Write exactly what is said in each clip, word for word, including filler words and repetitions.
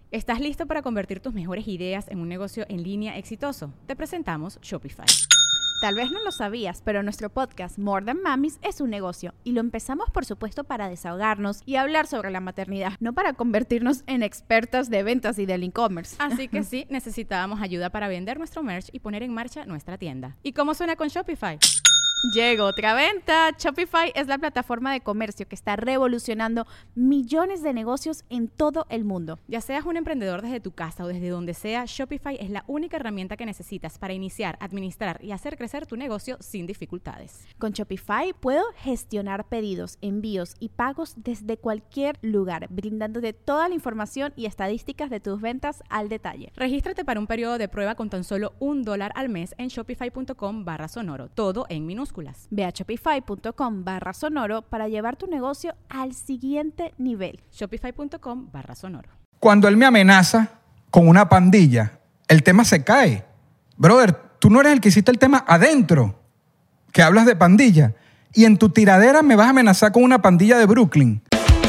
¿Estás listo para convertir tus mejores ideas en un negocio en línea exitoso? Te presentamos Shopify. Tal vez no lo sabías, pero nuestro podcast More Than Mamis es un negocio y lo empezamos por supuesto para desahogarnos y hablar sobre la maternidad, no para convertirnos en expertas de ventas y del e-commerce. Así que sí, necesitábamos ayuda para vender nuestro merch y poner en marcha nuestra tienda. ¿Y cómo suena con Shopify? Llegó otra venta. Shopify es la plataforma de comercio que está revolucionando millones de negocios en todo el mundo. Ya seas un emprendedor desde tu casa o desde donde sea, Shopify es la única herramienta que necesitas para iniciar, administrar y hacer crecer tu negocio sin dificultades. Con Shopify puedo gestionar pedidos, envíos y pagos desde cualquier lugar, brindándote toda la información y estadísticas de tus ventas al detalle. Regístrate para un periodo de prueba con tan solo un dólar al mes en shopify.com barra sonoro, todo en minúsculas. Ve a shopify.com barra sonoro para llevar tu negocio al siguiente nivel. Shopify.com barra sonoro. Cuando él me amenaza con una pandilla, el tema se cae. Brother, tú no eres el que hiciste el tema adentro, que hablas de pandilla. Y en tu tiradera me vas a amenazar con una pandilla de Brooklyn.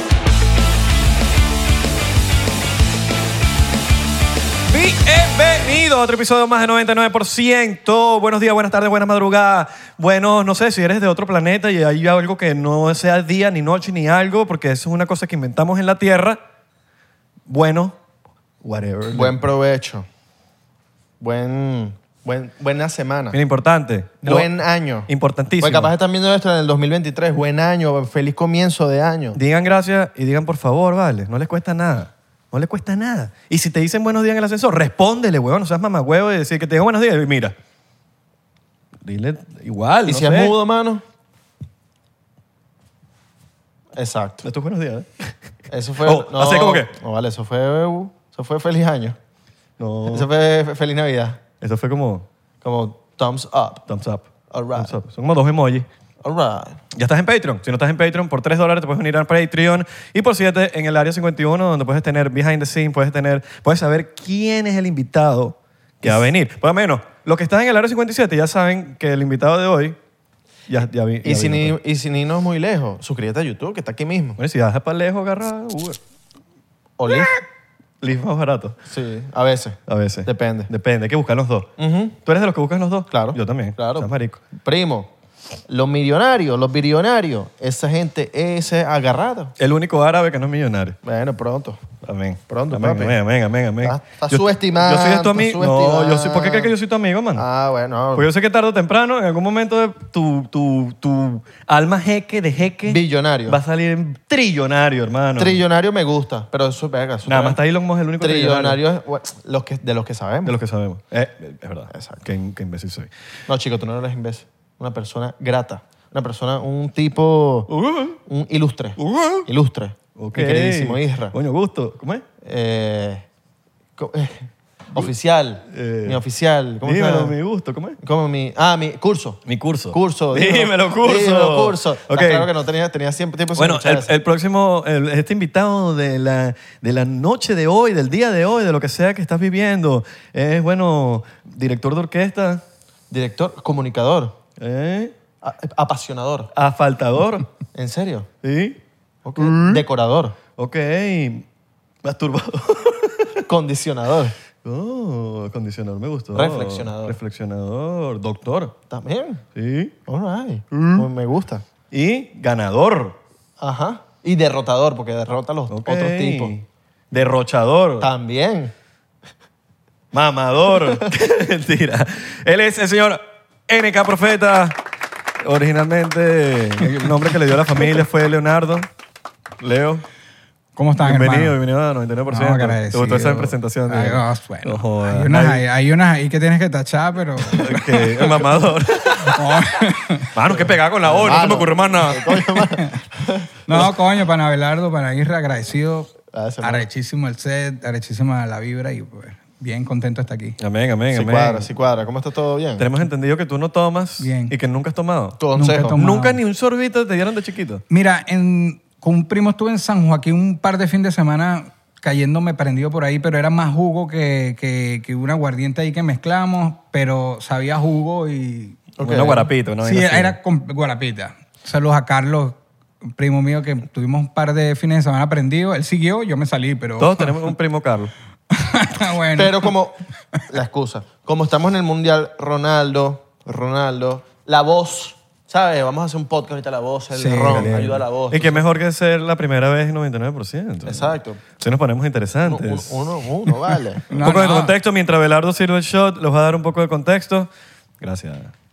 Bienvenido a otro episodio más de noventa y nueve por ciento. Buenos días, buenas tardes, buenas madrugadas. Bueno, no sé si eres de otro planeta y hay algo que no sea día, ni noche, ni algo, porque eso es una cosa que inventamos en la Tierra. Bueno, whatever. Buen provecho. Buen, buen, buena semana. Bien importante. Buen Lo- año. Importantísimo. Porque capaz están viendo esto en el dos mil veintitrés. Buen año, feliz comienzo de año. Digan gracias y digan por favor, vale. No les cuesta nada. No les cuesta nada. Y si te dicen buenos días en el ascensor, respóndele, huevón. No seas mamagüevo y decir que te digan buenos días. Y mira, dile igual, ¿Y no si sé. es mudo, mano? Exacto. Estos buenos días, ¿eh? Eso fue... Oh, ¿así como qué? No, vale, eso fue, uh, eso fue feliz año. No. Eso fue fe- feliz Navidad. Eso fue como Como thumbs up. thumbs up. All right. Thumbs up. Son como dos emojis. All right. Ya estás en Patreon. Si no estás en Patreon, por tres dólares te puedes unir a Patreon. Y por siete en el área cincuenta y uno, donde puedes tener behind the scenes, puedes tener, puedes saber quién es el invitado que va a venir. Por lo menos, los que están en el área cincuenta y siete ya saben que el invitado de hoy ya, ya, vi, ya Y sin, vino, ir, y sin irnos muy lejos, suscríbete a YouTube, que está aquí mismo. Bueno, y si vas para lejos, agarra Uber. O Lyft. Lyft más barato. Sí, a veces. A veces. Depende. Depende, hay que buscar los dos. Ujú. ¿Tú eres de los que buscan los dos? Claro. Yo también. Claro. Seas marico. Primo, los millonarios, los billonarios, esa gente es agarrada. El único árabe que no es millonario. Bueno, pronto. Amén. Pronto, amén, papi. amén, amén, amén, amén. Estás- estás Yo- subestimando, Yo soy de tu estás amigo. No, subestimando. yo soy, ¿por qué crees que yo soy tu amigo, mano? Ah, bueno. Porque yo sé que tarde o temprano, en algún momento, de tu, tu, tu alma jeque de jeque Billonario. va a salir trillonario, hermano. Trillonario me gusta, pero eso, venga, eso Nada más está Elon Musk el único Trillonario es bueno, los que, de los que sabemos. de los que sabemos. Eh, es verdad. Exacto. Qué, qué imbécil soy. No, chico, tú no eres imbécil. Una persona grata. Una persona, un tipo, un ilustre. Ilustre. Ok. Mi queridísimo Isra. Coño, gusto. ¿Cómo es? Eh, co- eh, oficial. Eh, mi oficial. ¿Cómo se Dímelo, llama? mi gusto. ¿Cómo es? ¿Cómo mi...? Ah, mi curso. Mi curso. Curso. Dímelo, curso. Dímelo, curso. Ok. Está claro que no tenía, tenía siempre tiempo sin Bueno, escuchar el, eso. el próximo, el- este invitado de la, de la noche de hoy, del día de hoy, de lo que sea que estás viviendo, es, bueno, director de orquesta, Director, comunicador, ¿eh? a- apasionador. Asfaltador, ¿En serio? ¿sí? Ok. Decorador, Ok, masturbador. condicionador. Oh, acondicionador, me gustó. Reflexionador. Reflexionador, doctor, También. ¿sí? All right. Pues me gusta. Y ganador. Ajá. Y derrotador, porque derrota a los Ok. otros tipos. Derrochador. También. Mamador. Mentira. Él es el señor N K Profeta. Originalmente, el nombre que le dio a la familia fue Leonardo. Leo. ¿Cómo están, Bienvenido, hermano? bienvenido a noventa y nueve por ciento. No, ¿Te agradecido. gustó esa presentación? Ay, de- no, bueno, No jodas. hay, unas Ay, ahí, hay unas ahí que tienes que tachar, pero... que- el mamador. Mano, qué pegada con la O, no se me Mano. ocurrió más nada. No, coño, para Abelardo, para Isra, agradecido. Gracias, hermano. Arrechísimo el set, arrechísima la vibra y pues bien contento de estar aquí. Amén, amén, Sí amén. cuadra, sí cuadra. ¿Cómo está todo bien? Tenemos entendido que tú no tomas Bien. y que nunca has tomado. Tu Nunca he consejo. tomado. Nunca ni un sorbito te dieron de chiquito. Mira, en, con un primo estuve en San Joaquín un par de fin de semana cayéndome prendido por ahí, pero era más jugo que, que, que un aguardiente ahí que mezclamos, pero sabía jugo y... Ok. Una guarapita, ¿no? Sí, era con guarapita. Saludos a Carlos, un primo mío que tuvimos un par de fines de semana prendidos. Él siguió, yo me salí, pero... Todos tenemos un primo Carlos. Bueno. Pero como, la excusa, como estamos en el Mundial, Ronaldo, Ronaldo, la voz, ¿sabes? Vamos a hacer un podcast ahorita, la voz, el Sí, ron, caliente. ayuda a la voz. Y qué mejor que ser la primera vez en noventa y nueve por ciento. Exacto. Si nos ponemos Uno, interesantes. uno, uno, vale. Un No, poco de no. contexto. Mientras Belardo sirve el shot, les voy a dar un poco de contexto. Gracias.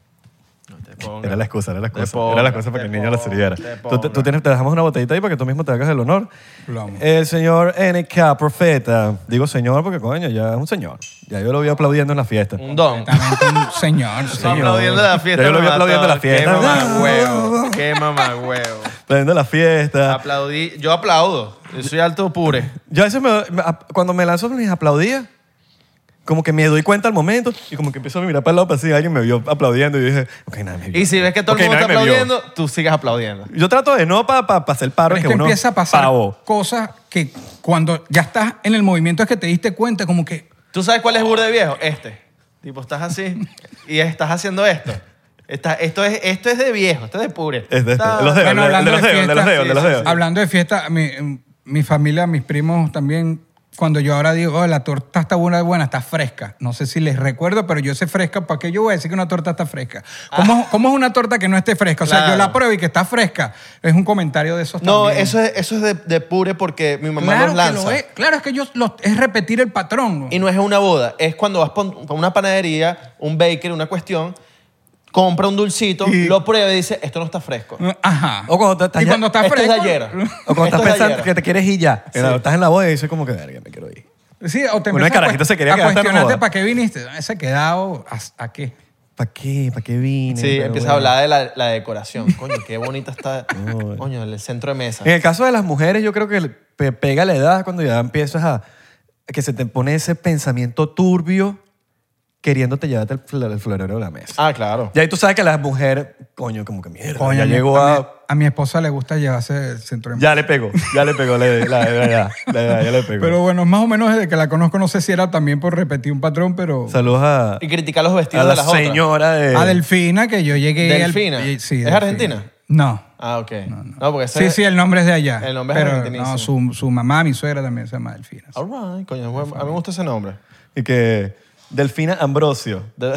Era la excusa, era la Te excusa. ponga, Era la excusa para te que el niño lo ponga, sirviera. te Tú, te, ponga. tú tienes, te dejamos una botellita ahí para que tú mismo te hagas el honor. Lo amo. El señor N K Profeta. Digo señor porque, coño, ya es un señor. Ya yo lo vi aplaudiendo en la fiesta. Un don. Exactamente un señor. sí. Estamos aplaudiendo la fiesta. Ya yo lo vi me mató. aplaudiendo la fiesta. Qué mamagüevo. Qué mamagüevo. Aplaudiendo la fiesta. Aplaudí. Yo aplaudo. Yo soy alto pure. Yo a veces me- me- cuando me lanzo mis aplaudías, como que me doy cuenta al momento y como que empiezo a mirar para el lado para si alguien me vio aplaudiendo y yo dije, ok, nadie me vio. Y si ves que todo Ok, el mundo está nadie me vio. aplaudiendo, tú sigues aplaudiendo. Yo trato de no para pa, pa hacer paro, Pero es que que uno empieza a pasar pavo. cosas que cuando ya estás en el movimiento es que te diste cuenta como que... ¿Tú sabes cuál es burda de viejo? Este. Tipo, estás así y estás haciendo esto. Está- esto, es, esto es de viejo, esto es de pure. Es de este, Está- los dedos, Bueno, el de- el de hablando los de dedos, el de los fiesta, dedos, el de los sí, dedos. sí. Hablando de fiesta, mi, mi familia, mis primos también, cuando yo ahora digo, oh, la torta está buena, buena, está fresca. No sé si les recuerdo, pero yo sé fresca. ¿Para qué yo voy a decir que una torta está fresca? ¿Cómo, cómo es una torta que no esté fresca? O sea, Claro. yo la pruebo y que está fresca. Es un comentario de esos No, también. eso es, eso es de, de pure porque mi mamá Claro los que lanza. lo es. Claro, es que yo lo- es repetir el patrón. Y no es una boda, es cuando vas para una panadería, un baker, una cuestión, compra un dulcito, Y- lo prueba y dice, esto no está fresco. Ajá. O cuando estás y ya- cuando está esto es de fresco... ayer. O cuando Esto estás es de pensando ayer. que te quieres ir ya. Estás en la boda y dices como que, verga, me quiero ir. Sí, o te Uno de empiezas a carajito cuest- se quería a quedar hasta en cuestionarte boda. para qué viniste. Ese quedado, ¿a, a qué? ¿Para qué? ¿Para qué vine? Sí, Pero empieza a bueno. hablar de la, la decoración. Coño, qué bonita está. Coño, el centro de mesa. En el caso de las mujeres, yo creo que le pe- pega la edad cuando ya empiezas a... que se te pone ese pensamiento turbio queriéndote llevarte el, fl- el florero de la mesa. Ah, claro. Y ahí tú sabes que las mujeres, coño, como que mierda, Coño, ya a mi- llegó a, a... mi, a mi esposa le gusta llevarse el centro de Ya le pegó, ya le pegó la, la, la, la- la- la- ya le pegó. Pero bueno, más o menos desde que la conozco, no sé si era también por repetir un patrón, pero... Saludos a, Y criticar los a vestidos de la las otras. señora de... A Delfina, que yo llegué... al- ¿Delfina? y- sí, ¿Es Delfina. argentina? No. Ah, ok. No, porque ese Sí, sí, el nombre es de allá. El nombre es pero argentinísimo. no, su, su mamá, mi suegra también se llama Delfina. sí. All right, coño. bueno, A mí me gusta ese nombre. Y que Delfina Ambrosio. De-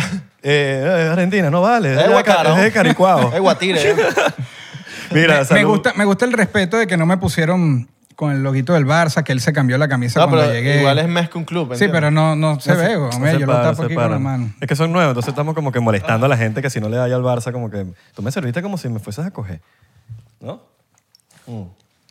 Eh, es Argentina, no vale. Es, Es de, Guacara, es ¿no? de Caricuao. Es guatire. ¿eh? Mira, me, me salud. gusta, me gusta el respeto de que no me pusieron con el loguito del Barça, que él se cambió la camisa No, cuando pero llegué. igual es más que un club. Sí, ¿entiendes? pero no, no se No se- ve, no hombre, se yo lo paran, tapo se aquí con la paran. mano. Es que son nuevos, entonces estamos como que molestando a la gente que si no le da ya al Barça, como que tú me serviste como si me fueses a coger. ¿No? Mm.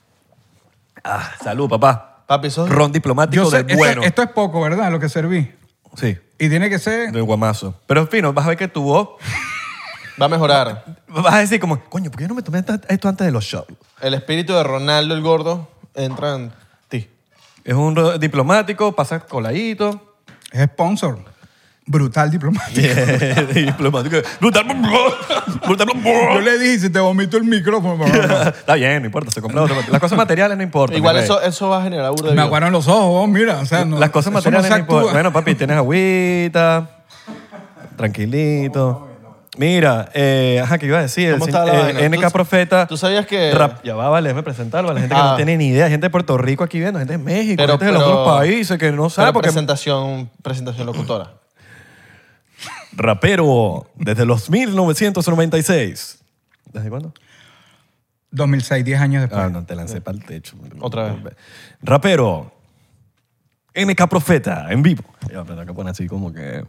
Ah, salud, papá. Papi, sos... Ron diplomático Yo sé, del esto, bueno. esto es poco, ¿verdad? Lo que serví. Sí, Y tiene que ser... del guamazo. Pero fino, vas a ver que tu voz, Va a mejorar. vas a decir como, coño, ¿por qué yo no me tomé esta- esto antes de los shows? El espíritu de Ronaldo el gordo entra en ti. Es un ro- diplomático, pasa coladito. Es sponsor. Brutal diplomático. diplomático. Brutal. Brutal. Yo le dije, si te vomito el micrófono. Está bien, no importa, se compra otro. Las cosas materiales no importan. Igual mi rey. eso, eso va a generar burda de Me vida. aguaron los ojos, mira. O sea, no, Las cosas eso materiales no no se actúa. importan. Bueno, papi, tienes agüita, tranquilito. Mira, eh, ajá, ¿qué iba a decir? ¿Cómo El está la eh, vaina? N K ¿Tú- Profeta. tú sabías que- Rap- ya va, vale, déjame presentarlo a la gente que Ah. no tiene ni idea. Hay gente de Puerto Rico aquí viendo, gente de México, Pero- gente de los pero- otros países que no sabe Pero porque... presentación, presentación locutora. Rapero desde los mil novecientos noventa y seis. ¿Desde cuándo? dos mil seis, diez años después. Ah, no, te lancé para el techo. Otra vez. Rapero. N K Profeta, en vivo. Ya, pero tengo que poner así como que...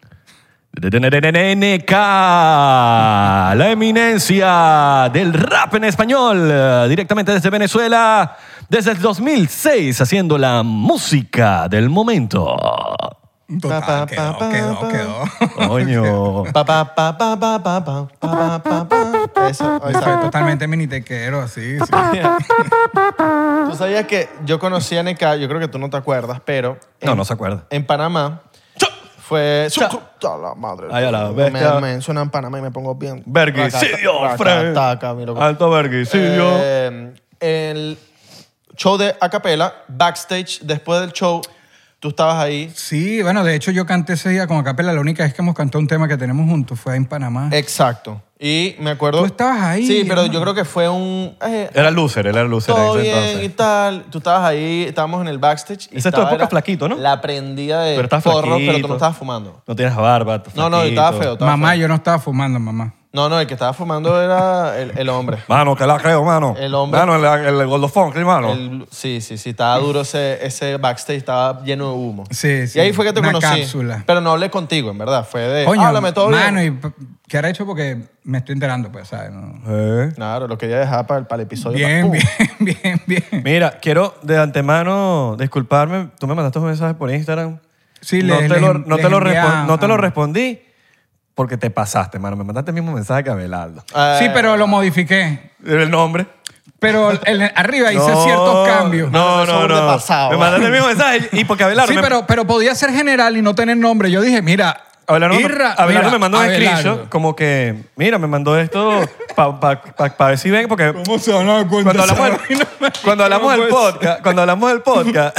N K, la eminencia del rap en español, eh, directamente desde Venezuela, desde el dos mil seis, haciendo la música del momento. Total, Pa, pa, quedó, pa, quedó, pa. quedó. Coño. Pa, pa, pa, pa, pa, pa, pa, pa, pa, pa. Eso, Fue exacto. totalmente minitequero, así. sí. Tú sabías que yo conocí a N K, yo creo que tú no te acuerdas, pero... No, en- no se acuerda. En Panamá fue... Cha. A la madre. Ay, a la me, bestia. me suena en Panamá y me pongo bien... Verguicidio, Racata- Fred. racataca, mi loco. Alto verguicidio. Eh, el show de Acapella, backstage, después del show, tú estabas ahí. Sí, bueno, de hecho yo canté ese día con Acapella. La única vez que hemos cantado un tema que tenemos juntos fue en Panamá. Exacto. Y me acuerdo... Tú estabas ahí, Sí, pero hermano. yo creo que fue un... eh, Era loser, él era loser todo en ese bien entonces. y tal. Tú estabas ahí, estábamos en el backstage. Y Esa es tu estaba época era flaquito, ¿no? La prendida de Pero estás porro, pero tú flaquito. no estabas fumando. No tienes barba, tú No, no, yo flaquito. estaba feo. estaba Mamá, feo. yo no estaba fumando, mamá. No, no, el que estaba fumando era el, el hombre. Mano, que la creo, mano. El hombre- Mano, el, el, el gordofón, mano. El- sí, sí, sí, estaba duro ese, ese backstage, estaba lleno de humo. Sí, sí, Y ahí fue que te una conocí. cápsula. Pero no hablé contigo, en verdad. Fue de, Coño, háblame todo mano, bien. y p- ¿qué hará hecho? Porque me estoy enterando, pues, ¿sabes? No. Eh. Claro, lo quería dejar para el, para el episodio. Bien, ¡Pum! bien, bien, bien. Mira, quiero de antemano disculparme. Tú me mandaste un mensaje por Instagram. Sí, no, les- te lo, les- no, te les lo envía- respon- no te lo ah. respondí porque te pasaste, mano. Me mandaste el mismo mensaje que Abelardo. Eh, Sí, pero lo modifiqué. El nombre. Pero el- arriba hice No, ciertos cambios. No, Eso no, es un no. repasado, Me ¿vale? mandaste el mismo mensaje y porque Abelardo... Sí, me- pero, pero podía ser general y no tener nombre. Yo dije, mira, Abelardo, Irra, Abelardo mira, me mandó un Abelardo. screenshot como que, mira, me mandó esto para pa, pa, pa ver si ven, porque ¿Cómo se van a dar cuenta? cuando hablamos, Esa vaina? del, cuando hablamos del No puede ser. podcast, cuando hablamos del podcast,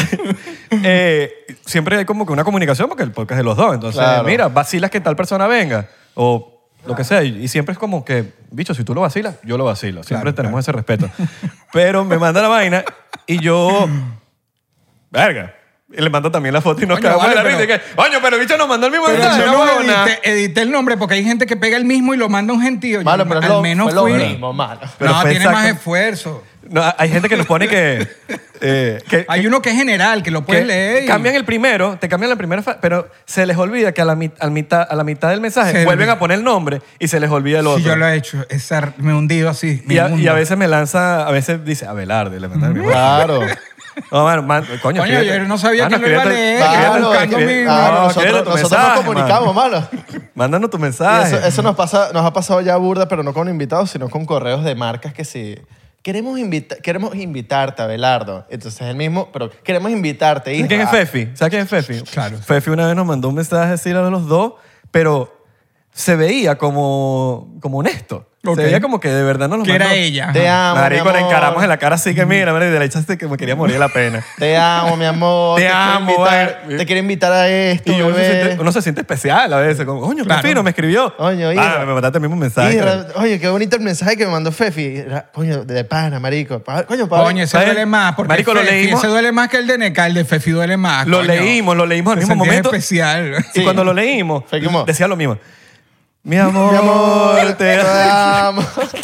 eh, siempre hay como que una comunicación porque el podcast es de los dos. Entonces, Claro. mira, vacilas que tal persona venga o lo que sea. Y siempre es como que, bicho, si tú lo vacilas, yo lo vacilo. Siempre Claro, tenemos ese respeto. Pero me manda la vaina y yo, verga. Y le mando también la foto y nos Coño, quedamos de vale, la risa. pero- y que, Coño, pero el bicho nos mandó el mismo Pero mensaje. yo no no huevona". edité, edité el nombre porque hay gente que pega el mismo y lo manda a un gentío. Yo, Malo, pero es al lo, menos fue lo fui. mismo, malo. Pero no, fue tiene exacto. más esfuerzo. No, hay gente que nos pone que... eh, que Hay uno que es general, que lo que puedes leer. y- cambian el primero, te cambian la primera, fa- pero se les olvida que a la, mi- al mitad, a la mitad del mensaje Se vuelven olvida. a poner el nombre y se les olvida el otro. Sí, yo lo he hecho. Esa- me he hundido así. me y, a, hundo. y a veces me lanza, a veces dice Abelardo y le manda el mismo. Claro. No, mano, man, coño, Coño, escríbete. yo no sabía Mano, que lo iba a escríbete- leer. escríbete- Claro, buscando escríbete- mi- no, Claro, nosotros, escríbete tu nosotros mensaje, nos comunicamos, mano. malo. Mándanos tu Y mensaje. Eso, eso nos, pasa, nos ha pasado ya burda, pero no con invitados, sino con correos de marcas que sí. Queremos, invita queremos invitarte, Abelardo. Entonces es el mismo, pero queremos invitarte. ¿Sabes quién es Isra. Fefi? ¿Sabes quién es Fefi? Claro. Fefi una vez nos mandó un mensaje así a los dos, pero se veía como, como honesto. Ok. Se veía como que de verdad no lo Que mandó. era ella. Te ajá. amo, Marico, mi le amor. encaramos en la cara así que mira, mira, y de la echaste que me quería morir de la pena. Te amo, mi amor. Te quiero amo, invitar- vale. Te quiero invitar a esto, Y uno se, bebé. siente, uno se siente especial a veces, como, coño, Claro. qué fino, me escribió. Coño, ah, Isra. me mandaste el mismo mensaje. Isra, oye, qué bonito el mensaje que me mandó Fefi. Era, coño, de pana, marico. Pa- Coño, pa- Coño, ese ¿sabes? duele más. Porque Marico, lo Fefi, leímos. Ese duele más que el de Neca. El de Fefi duele más. Lo coño. leímos, lo leímos al Te mismo sentías momento. especial. Y Sí. cuando lo leímos, Fue como- decía lo mismo. Mi amor, Mi amor, te te amo.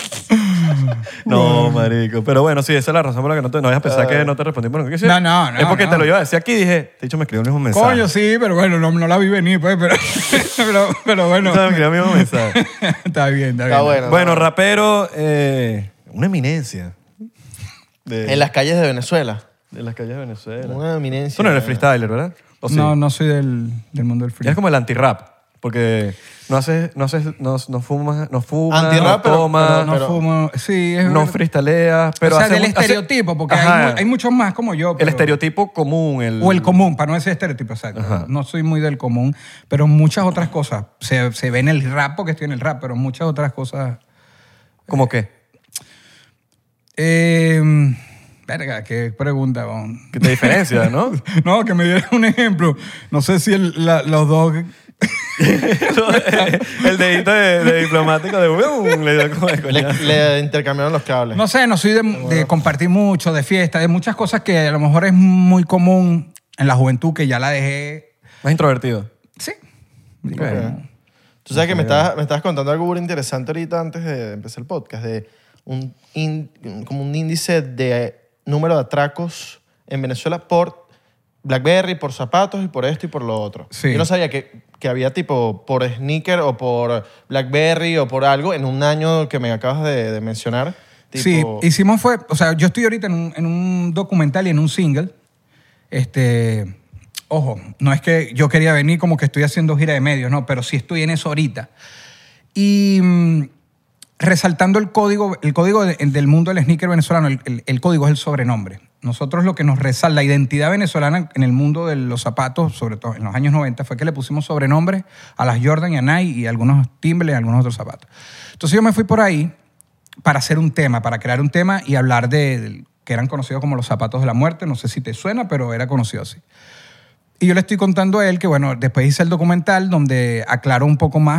No, marico. Pero bueno, sí, esa es la razón por la que no te no vayas a pensar que no te respondí. Bueno, ¿qué No, no, no, Es porque no. te lo iba a decir aquí y dije, de hecho me escribió el mismo mensaje. Coño, sí, pero bueno, no, no la vi venir, pues. Pero, pero, pero bueno. Me escribió el mismo mensaje. Está bien, está bien. Está bueno. Bueno, rapero, eh, una eminencia. De, En las calles de Venezuela. de las calles de Venezuela. Una eminencia. Tú no eres freestyler, ¿verdad? ¿O sí? No, no soy del, del mundo del free. Eres como el anti-rap. Porque no haces, no haces, no, no fumas, no fumas, Anti-rap, no pero- tomas, no pero- fumo. Sí, es no verdad. freestyleas, pero o sea, haces del un- haces- estereotipo, porque hay, Ajá. mu- hay muchos más como yo. El pero- estereotipo común. El, O el común, para no decir estereotipo, exacto. Ajá. No soy muy del común, pero muchas otras cosas. Se, se ve en el rap porque estoy en el rap, pero muchas otras cosas. ¿Cómo qué? Eh, verga, qué pregunta. bon. Que te diferencia, ¿no? No, que me dieran un ejemplo. No sé si el- la- los dos. El dedito de, de diplomático de boom, le dio como el Le, coñazo. le intercambiaron los cables. No sé, no soy de, de compartir mucho, de fiesta, de muchas cosas que a lo mejor es muy común en la juventud, que ya la dejé. Más introvertido. Sí. Ok. Tú sabes que me estabas, me estabas contando algo muy interesante ahorita antes de empezar el podcast, de un, in- como un índice de número de atracos en Venezuela por BlackBerry, por zapatos y por esto y por lo otro. Sí. Yo no sabía que, que había tipo por sneaker o por BlackBerry o por algo en un año que me acabas de, de mencionar. Sí, Tipo, hicimos fue, o sea, yo estoy ahorita en un, en un documental y en un single. Este, ojo, no es que yo quería venir como que estoy haciendo gira de medios, no, pero sí estoy en eso ahorita. Y mm, resaltando el código, el código de- del mundo del sneaker venezolano, el, el- el código es el sobrenombre. Nosotros lo que nos resalta, la identidad venezolana en el mundo de los zapatos, sobre todo en los años noventa, fue que le pusimos sobrenombre a las Jordan y a Nike y a algunos Timberland y a algunos otros zapatos. Entonces yo me fui por ahí para hacer un tema, para crear un tema y hablar de, de- que eran conocidos como los zapatos de la muerte. No sé si te suena, pero era conocido así. Y yo le estoy contando a él que, bueno, después hice el documental donde aclaró un poco más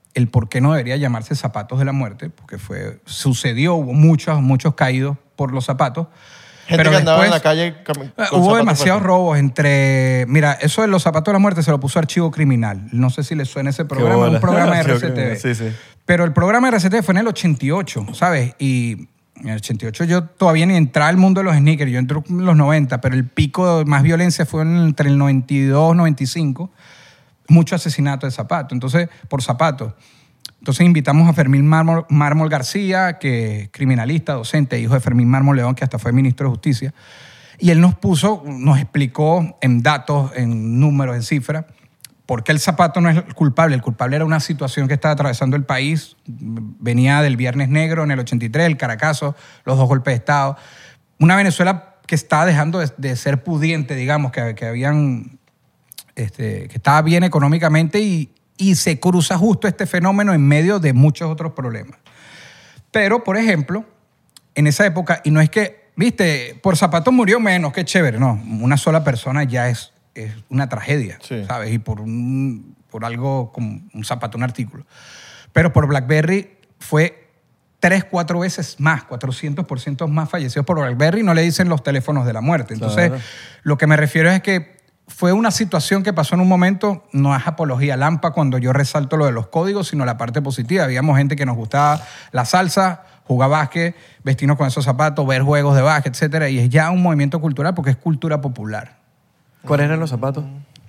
el por qué no debería llamarse zapatos de la muerte, porque fue, sucedió, hubo muchos, muchos caídos por los zapatos. Gente pero que andaba en la después, calle cam- con hubo zapatos demasiados puestos. robos entre... Mira, eso de los zapatos de la muerte se lo puso Archivo Criminal. No sé si les suena ese programa, bola. un programa de Archivo R C T V. Criminal, sí, sí. Pero el programa de R C T V fue en el ochenta y ocho, ¿sabes? Y en el ochenta y ocho yo todavía ni entraba al mundo de los sneakers, yo entré en los noventa, pero el pico de más violencia fue en- entre el noventa y dos y noventa y cinco. Mucho asesinato de zapatos, entonces, por zapatos. Entonces invitamos a Fermín Mármol, Mármol García, que es criminalista, docente, hijo de Fermín Mármol León, que hasta fue ministro de Justicia. Y él nos puso, nos explicó en datos, en números, en cifras, por qué el zapato no es el culpable. El culpable era una situación que estaba atravesando el país. Venía del Viernes Negro en el ochenta y tres, el Caracazo, los dos golpes de Estado. Una Venezuela que estaba dejando de, de ser pudiente, digamos, que, que habían... Este, que estaba bien económicamente y, y se cruza justo este fenómeno en medio de muchos otros problemas. Pero, por ejemplo, en esa época, y no es que, viste, por zapatos murió menos, qué chévere, no, una sola persona ya es, es una tragedia, Sí. ¿sabes? Y por, un, por algo como un zapato, un artículo. Pero por BlackBerry fue tres, cuatro veces más, cuatrocientos por ciento más fallecidos por BlackBerry, no le dicen los teléfonos de la muerte. Entonces, Claro. lo que me refiero es que fue una situación que pasó en un momento, no es apología lampa cuando yo resalto lo de los códigos, sino la parte positiva. Habíamos gente que nos gustaba la salsa, jugar básquet, vestirnos con esos zapatos, ver juegos de básquet, etcétera, y es ya un movimiento cultural porque es cultura popular. ¿Cuáles eran los zapatos?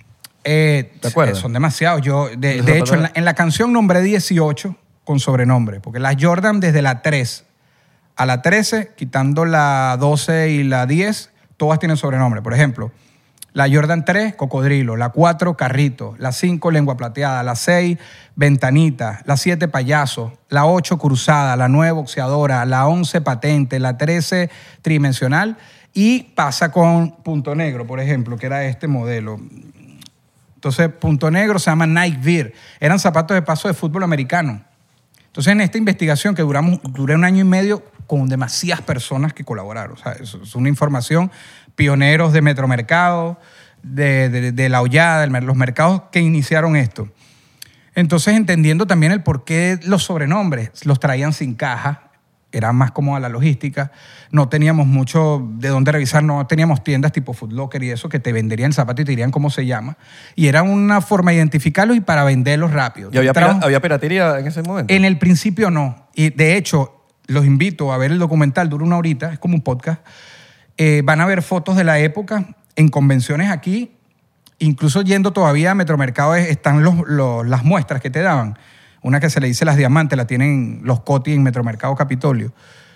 Eh, ¿Te acuerdas? Son demasiados. Yo, de, ¿Los de hecho, zapatos? en la, en la canción nombré dieciocho con sobrenombre, porque las Jordan desde la tres a la trece, quitando la doce y la diez, todas tienen sobrenombre. Por ejemplo, la Jordan tres, Cocodrilo. La cuatro, Carrito. La cinco, Lengua Plateada. La seis, Ventanita. La siete, Payaso. La ocho, Cruzada. La nueve, Boxeadora. La once, Patente. La trece, Tridimensional. Y pasa con Punto Negro, por ejemplo, que era este modelo. Entonces, Punto Negro se llama Nike Veer. Eran zapatos de paso de fútbol americano. Entonces, en esta investigación que duramos, duré un año y medio con demasiadas personas que colaboraron. O sea, eso es una información, pioneros de Metromercado, de, de, de La Hollada, de los mercados que iniciaron esto. Entonces, entendiendo también el por qué los sobrenombres los traían sin caja, era más cómoda la logística, no teníamos mucho de dónde revisar, no teníamos tiendas tipo Foot Locker y eso que te venderían el zapato y te dirían cómo se llama. Y era una forma de identificarlos y para venderlos rápido. ¿Y había, Entramos- pira- había piratería en ese momento? en el principio no. Y de hecho, los invito a ver el documental, dura una horita, es como un podcast. Eh, van a ver fotos de la época en convenciones aquí, incluso yendo todavía a Metromercado es- están los, los- las muestras que te daban. Una que se le dice las diamantes, la tienen los Coti en Metromercado Capitolio.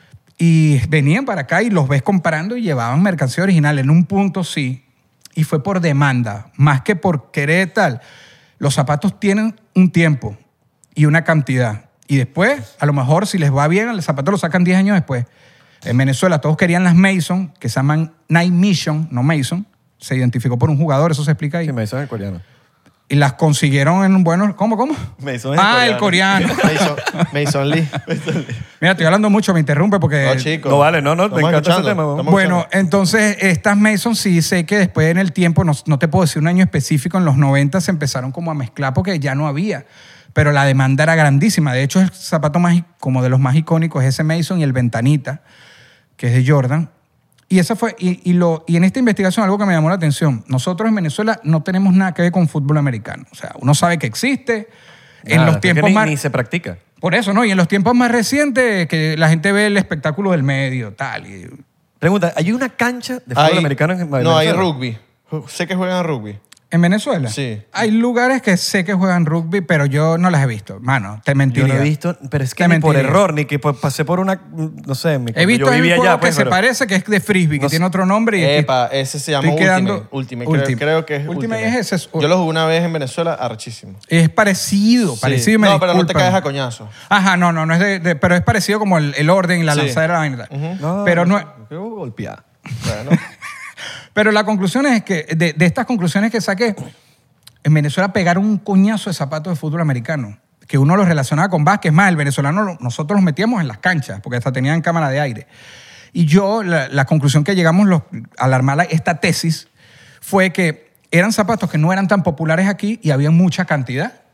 Y venían para acá y los ves comprando y llevaban mercancía original. En un punto sí, y fue por demanda, más que por querer tal. Los zapatos tienen un tiempo y una cantidad. Y después, a lo mejor, si les va bien, el zapato lo sacan diez años después. En Venezuela todos querían las Mason, que se llaman Nike Mission, no Mason. Se identificó por un jugador, eso se explica ahí. Sí, Mason es el coreano. Y las consiguieron en un bueno... ¿Cómo, cómo? Mason es Ah, el coreano. Mason, Mason Lee. Mira, estoy hablando mucho, me interrumpe porque... No, chico. No vale, no, no, me Estamos encanta ese escuchando, tema, weón. estamos Bueno, escuchando. entonces estas Mason sí sé que después en el tiempo, no, no te puedo decir un año específico, en los noventa se empezaron como a mezclar porque ya no había. Pero la demanda era grandísima. De hecho, el zapato más, como de los más icónicos es ese Mason y el Ventanita, que es de Jordan. Y, esa fue, y, y, lo, y en esta investigación algo que me llamó la atención. Nosotros en Venezuela no tenemos nada que ver con fútbol americano. O sea, uno sabe que existe. En Nada, los es que tiempos ni, más... ni se practica. Por eso, ¿no? Y en los tiempos más recientes que la gente ve el espectáculo del medio, tal. Y, Pregunta, ¿hay una cancha de fútbol Hay- americano en Venezuela? No, hay rugby. Sé que juegan rugby. ¿En Venezuela? Sí. Hay lugares que sé que juegan rugby, pero yo no las he visto. Mano, te Yo mentiría. no he visto, pero es que Te ni por mentiría. error, ni que por- pasé por una, no sé, mi, He visto yo el vivía juego allá, que pues, se pero- parece, que es de frisbee, que No sé. tiene otro nombre. Y es que Epa, ese se llama estoy quedando- Ultimate. Ultimate. Creo, Ultimate. creo que es Ultimate Ultimate. es ese, es- Yo lo jugué una vez en Venezuela, arrechísimo. es parecido, Sí. parecido y me No, pero no te disculpan. caes a coñazo. Ajá, no, no, no es de, de- pero es parecido como el, el orden y la Sí. lanzadera. La vaina y tal. Ujú. No, pero no es- qué golpeada. Bueno, Pero la conclusión es que, de, de estas conclusiones que saqué, en Venezuela pegaron un coñazo de zapatos de fútbol americano, que uno los relacionaba con básquet. Es más, el venezolano, lo- nosotros los metíamos en las canchas, porque hasta tenían cámara de aire. Y yo, la, la conclusión que llegamos los, al armar la- esta tesis fue que eran zapatos que no eran tan populares aquí y había mucha cantidad.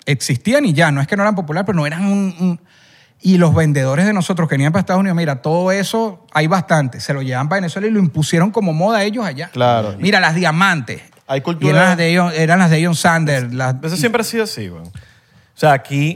existían y ya, no es que no eran populares, pero no eran un... un- y los vendedores de nosotros que venían para Estados Unidos, mira, todo eso hay bastante. Se lo llevan para Venezuela y lo impusieron como moda ellos allá. Claro. Mira, las diamantes. Hay Y cultura... eran las de Ion, eran las de Ion Sander. Las, Eso siempre ha sido así, güey. O sea, aquí,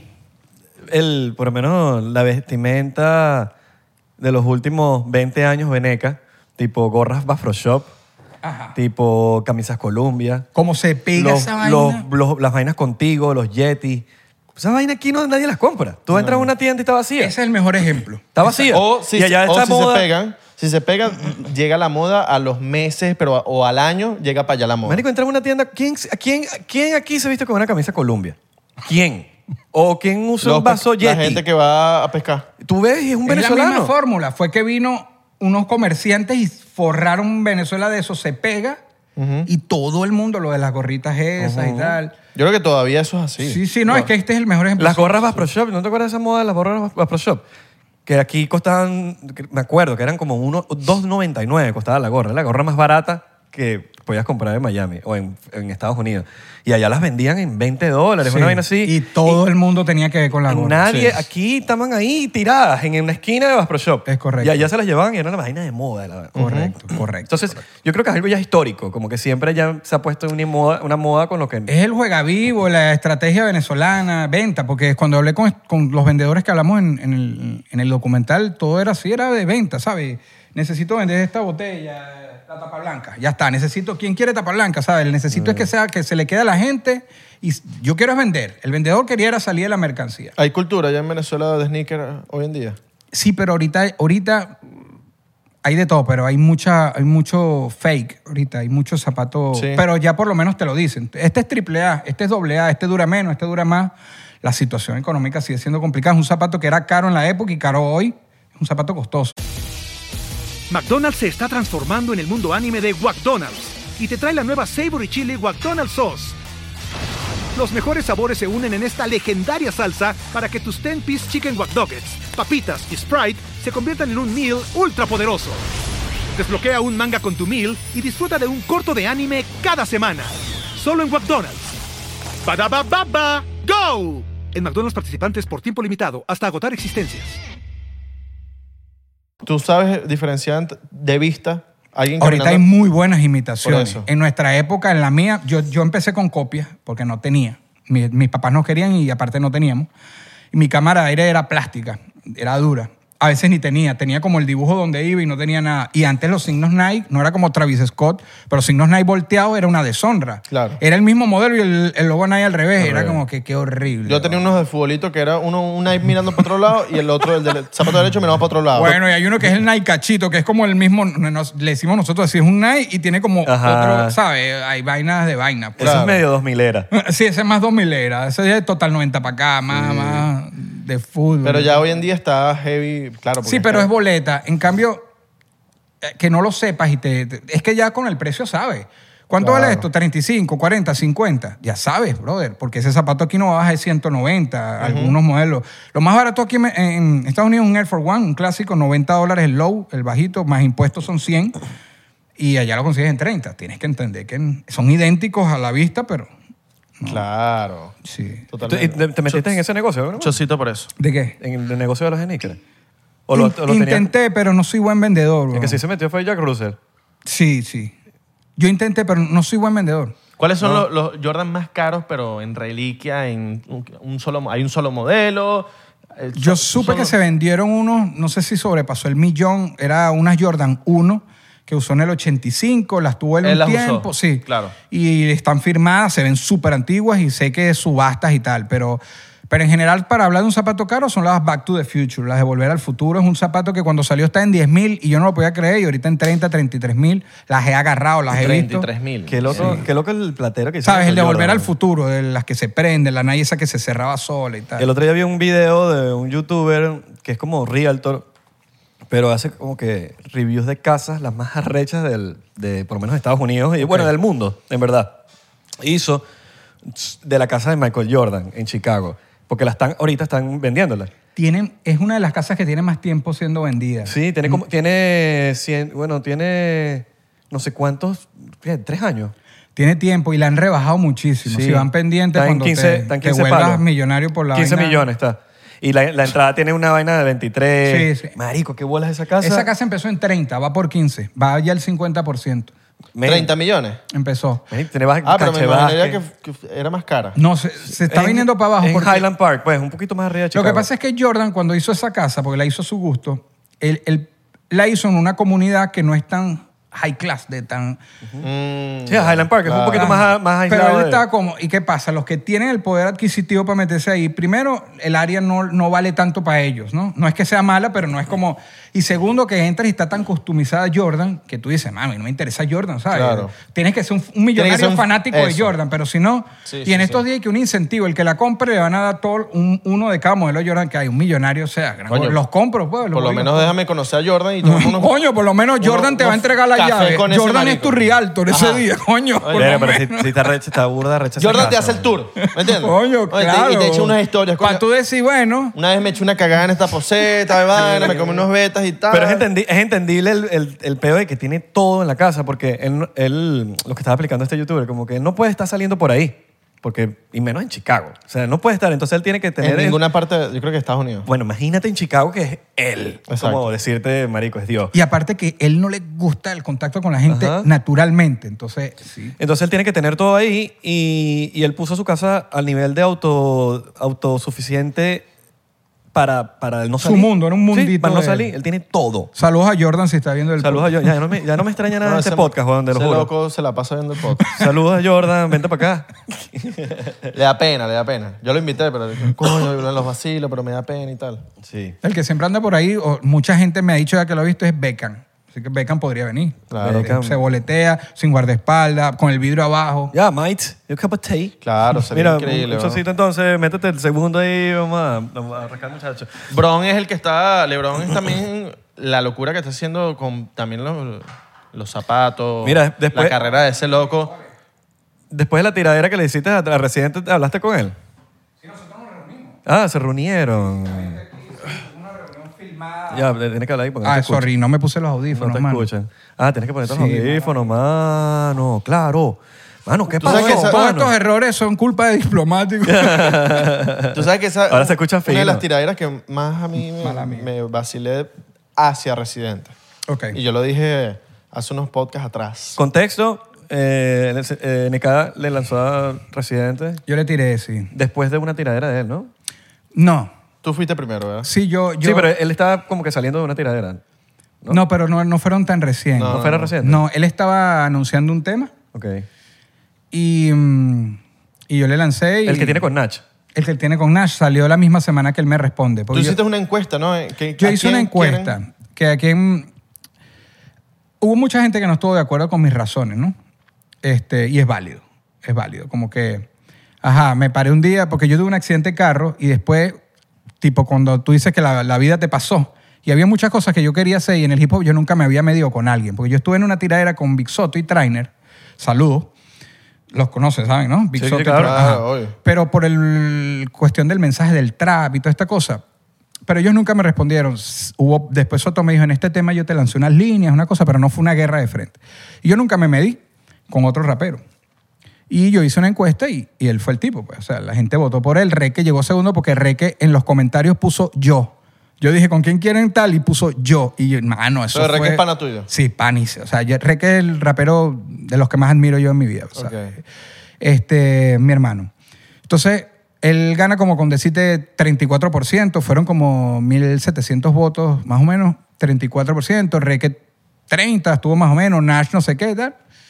el, por lo menos la vestimenta de los últimos veinte años veneca, tipo gorras Afro Shop, Ajá. tipo camisas Columbia, Cómo se pega los, esa vaina. los- los- las vainas contigo, los Yeti. Esa vaina aquí no, nadie las compra. Tú entras a una tienda y está vacía. Ese es el mejor ejemplo. Está vacía. O si, y allá o está si moda. se pegan, si se pegan, llega la moda a los meses, pero o al año llega para allá la moda. Marico, entras a una tienda. ¿Quién, quién, ¿Quién aquí se viste con una camisa Columbia? ¿Quién? ¿O quién usa Los un vaso pe- La Yeti? gente que va a pescar. Tú ves y es un Es la venezolano. misma fórmula. Fue que vino unos comerciantes y forraron Venezuela de eso, se pega y todo el mundo, lo de las gorritas esas y tal. Yo creo que todavía eso es así. Sí, sí, no, es que este es el mejor ejemplo. Las gorras Afro Shop, ¿no te acuerdas de esa moda de las gorras Afro Shop? Que aquí costaban, que- me acuerdo, que eran como uno, dos noventa y nueve costaba la gorra. La gorra más barata que podías comprar en Miami o en, en Estados Unidos. Y allá las vendían en veinte dólares, Sí, una vaina así. Y todo el mundo tenía que ver con la Y gorra. nadie, Sí. aquí estaban ahí tiradas en una esquina de Bass Pro Shop. Es correcto. Y allá se las llevaban y era una vaina de moda. de la- Correcto, correcto. Entonces, yo creo que es algo ya histórico, como que siempre ya se ha puesto una moda, una moda con lo que... Es el juega vivo, la estrategia venezolana, venta, porque cuando hablé con, con los vendedores que hablamos en, en el, en el documental, todo era así, era de venta, ¿sabes? Necesito vender esta botella, la tapa blanca, ya está. Necesito, ¿quién quiere tapa blanca? ¿Sabes? Necesito es que, sea, que se le quede a la gente y yo quiero es vender. El vendedor quería era salir de la mercancía. ¿Hay cultura ya en Venezuela de sneaker hoy en día? Sí, pero ahorita, ahorita hay de todo, pero hay mucha, hay mucho fake ahorita, hay muchos zapatos, Sí. pero ya por lo menos te lo dicen. Este es triple A, este es doble A, este dura menos, este dura más. La situación económica sigue siendo complicada. Es un zapato que era caro en la época y caro hoy. Es un zapato costoso. McDonald's se está transformando en el mundo anime de McDonald's y te trae la nueva Savory Chili McDonald's Sauce. Los mejores sabores se unen en esta legendaria salsa para que tus ten-piece chicken wack nuggets, papitas y Sprite se conviertan en un meal ultra poderoso. Desbloquea un manga con tu meal y disfruta de un corto de anime cada semana. Solo en McDonald's. Badaba baba, go. En McDonald's participantes por tiempo limitado hasta agotar existencias. ¿Tú sabes diferenciar ent- de vista alguien Ahorita hay caminando? muy buenas Por imitaciones. eso. En nuestra época, en la mía, yo, yo empecé con copias porque no tenía. Mi- mis papás no querían y aparte no teníamos. Y mi cámara de aire era plástica, era dura. A veces ni tenía, tenía como el dibujo donde iba y no tenía nada. Y antes los signos Nike, no era como Travis Scott, pero los signos Nike volteados era una deshonra. Claro. Era el mismo modelo y el, el logo Nike al revés. Al era revés. como que qué horrible. Yo tenía unos de futbolito que era uno un Nike mirando para otro lado y el otro, el del zapato derecho, mirando para otro lado. Bueno, y hay uno que es el Nike cachito, que es como el mismo, nos- le decimos nosotros así, es un Nike y tiene como Ajá. otro, ¿sabes? Hay vainas de vaina. pues. Eso Claro. es medio dos milera. Sí, ese es más dos milera. Ese es de total noventa para acá, más, más de fútbol. Pero ya hoy en día está heavy, claro. porque Sí, pero es que- boleta. En cambio, eh, que no lo sepas y te, te- es que ya con el precio sabes. ¿Cuánto Claro. vale esto? treinta y cinco, cuarenta, cincuenta. Ya sabes, brother, porque ese zapato aquí no baja de ciento noventa, algunos modelos. Lo más barato aquí en, en Estados Unidos es un Air Force One, un clásico, noventa dólares el low, el bajito, más impuestos son cien. Y allá lo consigues en treinta. Tienes que entender que son idénticos a la vista, pero Claro. sí. ¿Y Totalmente. te, te metiste en ese negocio, no? Chocito por eso. ¿De qué? En el negocio de los sneakers. ¿O lo, In- o lo tenías? intenté, pero no soy buen vendedor, bro. El que sí se metió fue Jack Russell. Sí, sí. Yo intenté, pero no soy buen vendedor. ¿Cuáles son los, los Jordan más caros, pero en reliquia, en un, un solo, hay un solo modelo? Eh, Yo son- supe son- que se vendieron unos, no sé si sobrepasó el millón, era unas Jordan uno que usó en el ochenta y cinco, las tuvo en Él un las usó, tiempo, sí. claro. Y están firmadas, se ven súper antiguas y sé que subastas y tal, pero, pero en general para hablar de un zapato caro son las Back to the Future, las de Volver al Futuro. Es un zapato que cuando salió está en diez mil y yo no lo podía creer y ahorita en treinta, treinta y tres mil, las he agarrado, las he visto. treinta y tres mil. Qué loco, qué loco el platero que hizo. ¿Sabes? El de Michael Volver Jordan. al Futuro, de las que se prenden, la nave esa que se cerraba sola y tal. El otro día vi un video de un youtuber que es como realtor, pero hace como que reviews de casas las más arrechas del, de por lo menos de Estados Unidos y bueno, del mundo, en verdad. Hizo de la casa de Michael Jordan en Chicago, porque la están, ahorita están vendiéndola. Tienen, es una de las casas que tiene más tiempo siendo vendida. Sí, tiene como, tiene cien, bueno, tiene no sé cuántos, ¿qué? tres años. Tiene tiempo y la han rebajado muchísimo. Sí. Si van pendientes Está en cuando quince, te, está en te quince vuelvas palos. millonario por la quince vaina. millones está. Y la, la entrada tiene una vaina de veintitrés. Sí, sí. Marico, ¿qué bolas esa casa? Esa casa empezó en treinta, va por quince. Va ya el cincuenta por ciento. Men, treinta millones. Empezó. men, tiene bas- Ah, pero me cancha de imaginaría básquet. que, que era más cara. No, se, se está En- viniendo para abajo. En porque Highland Park, pues, un poquito más arriba de lo Chicago. que pasa es que Jordan, cuando hizo esa casa, porque la hizo a su gusto, él, él la hizo en una comunidad que no es tan high class, de tan... Mm, Sí, Highland Park, es un claro. poquito más, más Pero aislado. él de- estaba como... ¿Y qué pasa? Los que tienen el poder adquisitivo para meterse ahí, primero, el área no, no vale tanto para ellos, ¿no? No es que sea mala, pero no es como... Y segundo, que entras y está tan customizada Jordan que tú dices, mami, no me interesa Jordan, ¿sabes? Claro. Tienes que ser un, un Tiene que millonario ser un- fanático de eso. Jordan, pero si no... Sí, y sí, en estos sí. días hay que un incentivo, el que la compre le van a dar todo un, uno de cada modelo de Jordan que hay, un millonario, o sea, Coño, los compro, pues. los Por lo voy y los menos compro. déjame conocer a Jordan y tomamos unos... Coño, por lo menos unos- Jordan te va a unos entregar la café llave. con ese Jordan es marico. tu realtor ese Ajá. día, coño. por Pero, lo pero si, menos. si está, recha, está burda, recha esa Jordan te casa. hace el tour, ¿me entiendes? Coño, Oye, te- claro. Y te echa unas historias. Para coño. tú decir, bueno, Una vez me eché una cagada en esta poseta, de vaina, me comí unos betas y tal. Pero es, entendi- es entendible el, el, el pedo de que tiene todo en la casa, porque él, no- él, lo que estaba explicando este youtuber, como que él no puede estar saliendo por ahí, porque, y menos en Chicago. O sea, no puede estar, entonces él tiene que tener... En el- ninguna parte, yo creo que Estados Unidos. Bueno, imagínate en Chicago que es él. Es Exacto. como decirte, marico, es Dios. y aparte que él no le gusta el contacto con la gente Ajá. naturalmente, entonces, sí. Entonces él tiene que tener todo ahí y, y él puso su casa al nivel de auto, autosuficiente para, para no Su salir. mundo, era un Sí, mundito para no de- salir. Él tiene todo. Saludos a Jordan si está viendo el Saludos a Jordan. Ya no me, ya no me extraña nada No, de este ese- podcast, Juan, te lo ese juro. loco se la pasa viendo el podcast. Saludos a Jordan, vente para acá. Le da pena, le da pena. Yo lo invité, pero coño, los vacilos, pero me da pena y tal. Sí. El que siempre anda por ahí, o mucha gente me ha dicho ya que lo ha visto, es Beckham. Así que Beckham podría venir. Claro. Beckham se boletea, sin guardaespaldas, con el vidrio abajo. Ya, mate, your cup of tea. Claro, sería Mira, increíble. un ¿no? chocito entonces, métete el segundo ahí, vamos a, vamos a arrancar, muchachos. Bron es el que está... LeBron es también la locura que está haciendo con también los, los zapatos, Mira, después- la carrera de ese loco. Después de la tiradera que le hiciste a, a Residente, ¿hablaste con él? Sí, nosotros nos reunimos. Ah, se reunieron. Ya, tienes que hablar ahí porque no Ah, te escuchan. sorry, no me puse los No audífonos, te mano. escuchan. Ah, tienes que ponerte los Sí, audífonos, mano. Claro. Mano, ¿qué Tú pasó, sabes que esa- Todos mano? estos errores son culpa de diplomáticos. Tú sabes que esa Ahora se escucha una fino. de las tiraderas que más a mí Mala me, mía. me vacilé hacia Residente. ok. Y yo lo dije hace unos podcasts atrás. Contexto, eh, eh, N K le lanzó a Residente Yo le tiré, sí. después de una tiradera de él, ¿no? No. Tú fuiste primero, ¿verdad? Sí, yo... yo Sí, pero él estaba como que saliendo de una tiradera. ¿no? pero no, no fueron tan recientes. ¿No, No, fue no. reciente? No, él estaba anunciando un tema Ok. y, mm, y yo le lancé. Y El que tiene con Nach. El que tiene con Nash salió la misma semana que él me responde. Tú porque yo- hiciste una encuesta, ¿no? ¿Qué- Yo a hice una quién encuesta quieren? que a quien... Hubo mucha gente que no estuvo de acuerdo con mis razones, ¿no? Este, y es válido, es válido. Como que, ajá, me paré un día porque yo tuve un accidente de carro y después, tipo cuando tú dices que la, la vida te pasó y había muchas cosas que yo quería hacer y en el hip hop yo nunca me había medido con alguien. Porque yo estuve en una tiradera con Big Soto y Trainer. Saludos. Los conoces, ¿saben, no? Big Sí, Soto sí, y claro. Trainer. Claro, Ajá. obvio. Pero por el cuestión del mensaje del trap y toda esta cosa. Pero ellos nunca me respondieron. S- Hubo, después Soto me dijo, en este tema yo te lancé unas líneas, una cosa, pero no fue una guerra de frente. Y yo nunca me medí con otro rapero. Y yo hice una encuesta y, y él fue el tipo. Pues. O sea, la gente votó por él. Reque llegó segundo porque Reque en los comentarios puso yo. Yo dije, ¿con quién quieren tal? Y puso yo. Y yo, mano, eso Pero Reque fue... es pana tuyo. Sí, panis. O sea, yo- Reque es el rapero de los que más admiro yo en mi vida. O sea, Ok. este, mi hermano. Entonces, él gana como con decirte treinta y cuatro por ciento, fueron como mil setecientos votos, más o menos, treinta y cuatro por ciento, Reque treinta, estuvo más o menos, Nash no sé qué, tal.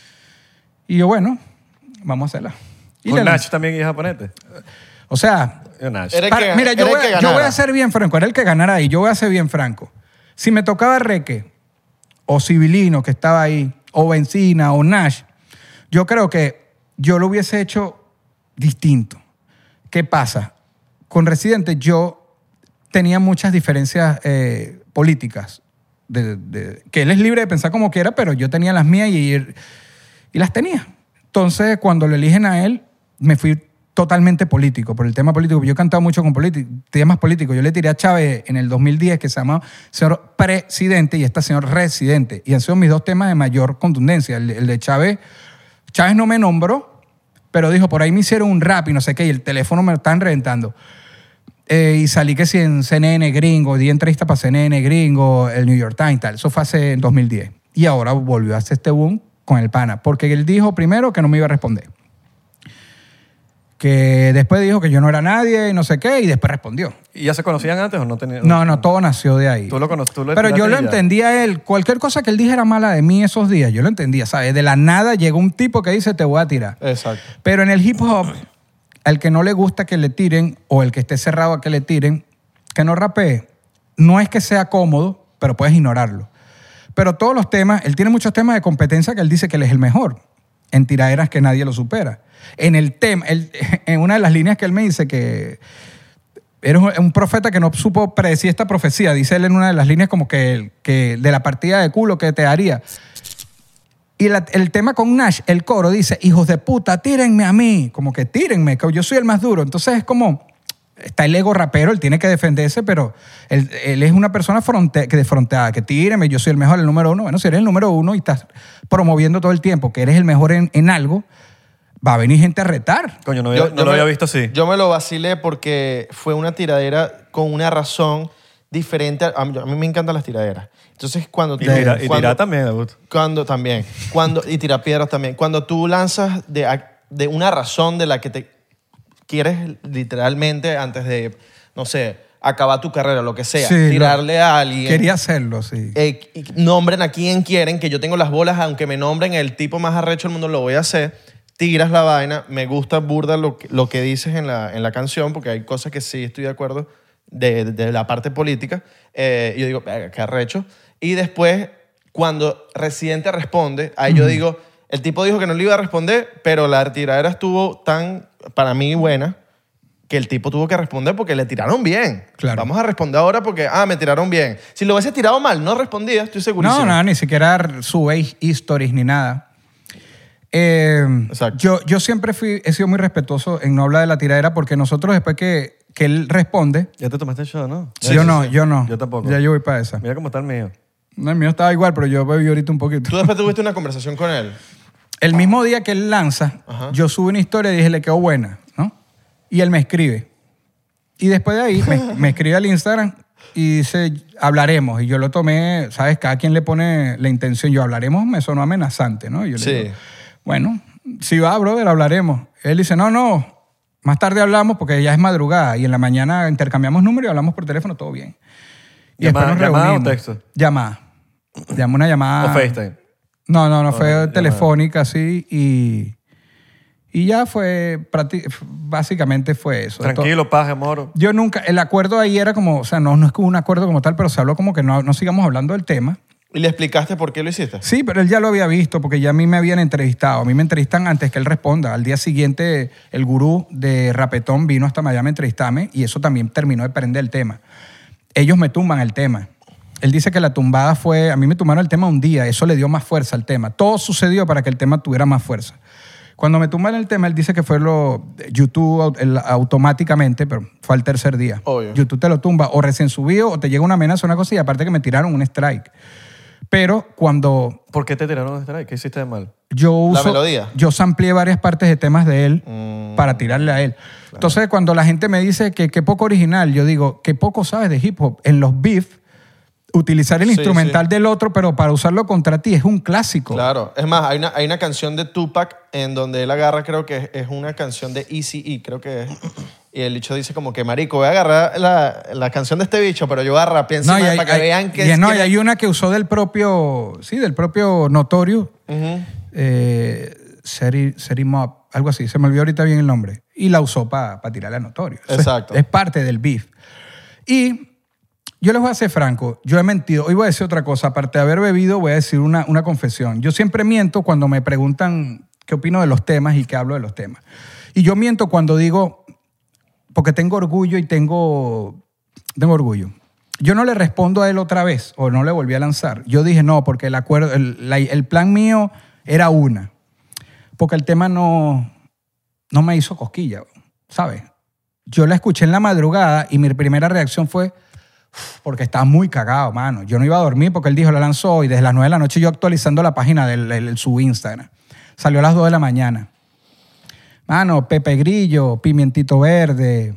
Y yo, bueno, vamos a hacerla. Y Con le Nach lancé. también ibas a ponerte. O sea, Yo, Nach. Era- el para- que- mira, yo era el voy, que a- yo voy ganara. a ser bien franco, era el que ganara ahí, yo voy a ser bien franco. Si me tocaba Reque, o Civilino, que estaba ahí, o Benzina, o Nash, yo creo que yo lo hubiese hecho distinto. ¿Qué pasa? Con Residente yo tenía muchas diferencias eh, políticas, de, de- que él es libre de pensar como quiera, pero yo tenía las mías y, y las tenía. Entonces, cuando lo eligen a él, me fui totalmente político, por el tema político. Yo he cantado mucho con politi- temas políticos. Yo le tiré a Chávez en el dos mil diez, que se llama señor presidente, y esta señor residente. Y han sido mis dos temas de mayor contundencia. El, el de Chávez, Chávez no me nombró, pero dijo, por ahí me hicieron un rap y no sé qué, y el teléfono me lo están reventando. Eh, y salí que sí en C N N gringo, di entrevista para C N N gringo, el New York Times, tal. Eso fue hace en dos mil diez. Y ahora volvió a hacer este boom con el pana, porque él dijo primero que no me iba a responder. Que después dijo que yo no era nadie y no sé qué, y después respondió. ¿Y ya se conocían antes o no tenían? No, no, todo nació de ahí. Tú lo conoces, tú lo Pero yo lo tiraste y ya. entendía a él. Cualquier cosa que él dijera mala de mí esos días, yo lo entendía, ¿sabes? De la nada llegó un tipo que dice, te voy a tirar. Exacto. Pero en el hip hop, al que no le gusta que le tiren o el que esté cerrado a que le tiren, que no rapee, no es que sea cómodo, pero puedes ignorarlo. Pero todos los temas, él tiene muchos temas de competencia que él dice que él es el mejor. En tiraderas que nadie lo supera. En el tema, él, en una de las líneas que él me dice que eres un profeta que no supo predecir esta profecía, dice él en una de las líneas como que, que de la partida de culo que te daría. Y la, el tema con Nash, el coro dice, hijos de puta, tírenme a mí. Como que tírenme, que yo soy el más duro. Entonces es como, está el ego rapero, él tiene que defenderse, pero él, él es una persona fronte, que de fronteada, que tíreme, yo soy el mejor, el número uno. Bueno, si eres el número uno y estás promoviendo todo el tiempo que eres el mejor en, en algo, va a venir gente a retar. Coño, no, había- Yo- no yo lo me- había visto así. Yo me lo vacilé porque fue una tiradera con una razón diferente. A mí, a mí me encantan las tiraderas. Entonces, cuando... Y tira, y cuando- tirar también, Augusto. Cuando también. Cuando, y tirar piedras también. Cuando tú lanzas de, de una razón de la que te quieres literalmente antes de, no sé, acabar tu carrera, lo que sea, Sí, lo- tirarle a alguien. Quería hacerlo, sí. Eh, y nombren a quien quieren, que yo tengo las bolas, aunque me nombren el tipo más arrecho del mundo, lo voy a hacer. Tiras la vaina. Me gusta burda lo que, lo que dices en la, en la canción, porque hay cosas que sí estoy de acuerdo de, de la parte política. Eh, y yo digo, "Verga, qué arrecho". Y después, cuando Residente responde, ahí yo digo, el tipo dijo que no le iba a responder, pero la tiradera estuvo tan, para mí, buena, que el tipo tuvo que responder porque le tiraron bien. Claro. Vamos a responder ahora porque, ah, me tiraron bien. Si lo hubiese tirado mal, no respondía, estoy segurísimo. No, no, ni siquiera sube stories ni nada. Eh, Exacto. yo, yo siempre fui, he sido muy respetuoso en no hablar de la tiradera porque nosotros después que, que él responde, Ya te tomaste el show, ¿no? yo no, yo no. Yo tampoco. Ya yo voy para esa. Mira cómo está el mío. No, el mío estaba igual, pero yo bebí ahorita un poquito. Tú después tuviste una conversación con él. El mismo día que él lanza, Ajá. yo subí una historia y dije, le quedó buena, ¿no? Y él me escribe. Y después de ahí me, me escribe al Instagram y dice, hablaremos. Y yo lo tomé, ¿sabes? Cada quien le pone la intención. Yo, hablaremos, me sonó amenazante, ¿no? Y yo le Sí. digo, bueno, si va, brother, hablaremos. Él dice, no, no, más tarde hablamos porque ya es madrugada. Y en la mañana intercambiamos números y hablamos por teléfono, todo bien. Y Llamada- después nos ¿llamada o reunimos. texto? Llamada. Llamó una llamada. ¿O FaceTime? No, no, no, Oh, fue llamada. telefónica, sí, y, y ya fue, prácti- básicamente fue eso. Tranquilo, paz, amor. Yo nunca, el acuerdo ahí era como, o sea, no, no es que hubo un acuerdo como tal, pero se habló como que no, no sigamos hablando del tema. ¿Y le explicaste por qué lo hiciste? Sí, pero él ya lo había visto porque ya a mí me habían entrevistado. A mí me entrevistan antes que él responda. Al día siguiente, el gurú de Rapetón vino hasta Miami a entrevistarme y eso también terminó de prender el tema. Ellos me tumban el tema. Él dice que la tumbada fue, a mí me tumbaron el tema un día, eso le dio más fuerza al tema. Todo sucedió para que el tema tuviera más fuerza. Cuando me tumban el tema, él dice que fue lo YouTube el- automáticamente, pero fue al tercer día. Obvio. YouTube te lo tumba o recién subido o te llega una amenaza, una cosa y aparte que me tiraron un strike. Pero cuando ¿Por qué te tiraron de strike? ¿Qué hiciste de mal? yo uso... La melodía. Yo sampleé varias partes de temas de él Mm. para tirarle a él. Entonces, cuando la gente me dice que qué poco original, yo digo, qué poco sabes de hip hop. En los beef, utilizar el Sí, instrumental sí. del otro, pero para usarlo contra ti, es un clásico. Claro. Es más, hay una, hay una canción de Tupac en donde él agarra, creo que es, es una canción de E C E, creo que es. Y el bicho dice como que, marico, voy a agarrar la, la canción de este bicho, pero yo voy a rapear encima No, y hay, para que hay- vean que y es... no, que- y hay una que usó del propio, sí, del propio Notorious, Ujú. eh, Seri, Seri Mob, algo así, se me olvidó ahorita bien el nombre, y la usó para tirarle a Notorious. Eso es- Exacto. Es, parte del beef. Y yo les voy a ser franco, yo he mentido. Hoy voy a decir otra cosa, aparte de haber bebido, voy a decir una, una confesión. Yo siempre miento cuando me preguntan qué opino de los temas y qué hablo de los temas. Y yo miento cuando digo, porque tengo orgullo y tengo, tengo orgullo. Yo no le respondo a él otra vez o no le volví a lanzar. Yo dije no, porque el acuerdo, el, la- el plan mío era una. Porque el tema no, no me hizo cosquilla, ¿sabes? Yo la escuché en la madrugada y mi primera reacción fue "Uf", porque estaba muy cagado, mano. Yo no iba a dormir porque él dijo, la lanzó y desde las nueve de la noche yo actualizando la página de su Instagram. Salió a las dos de la mañana. Mano, Pepe Grillo, pimientito verde.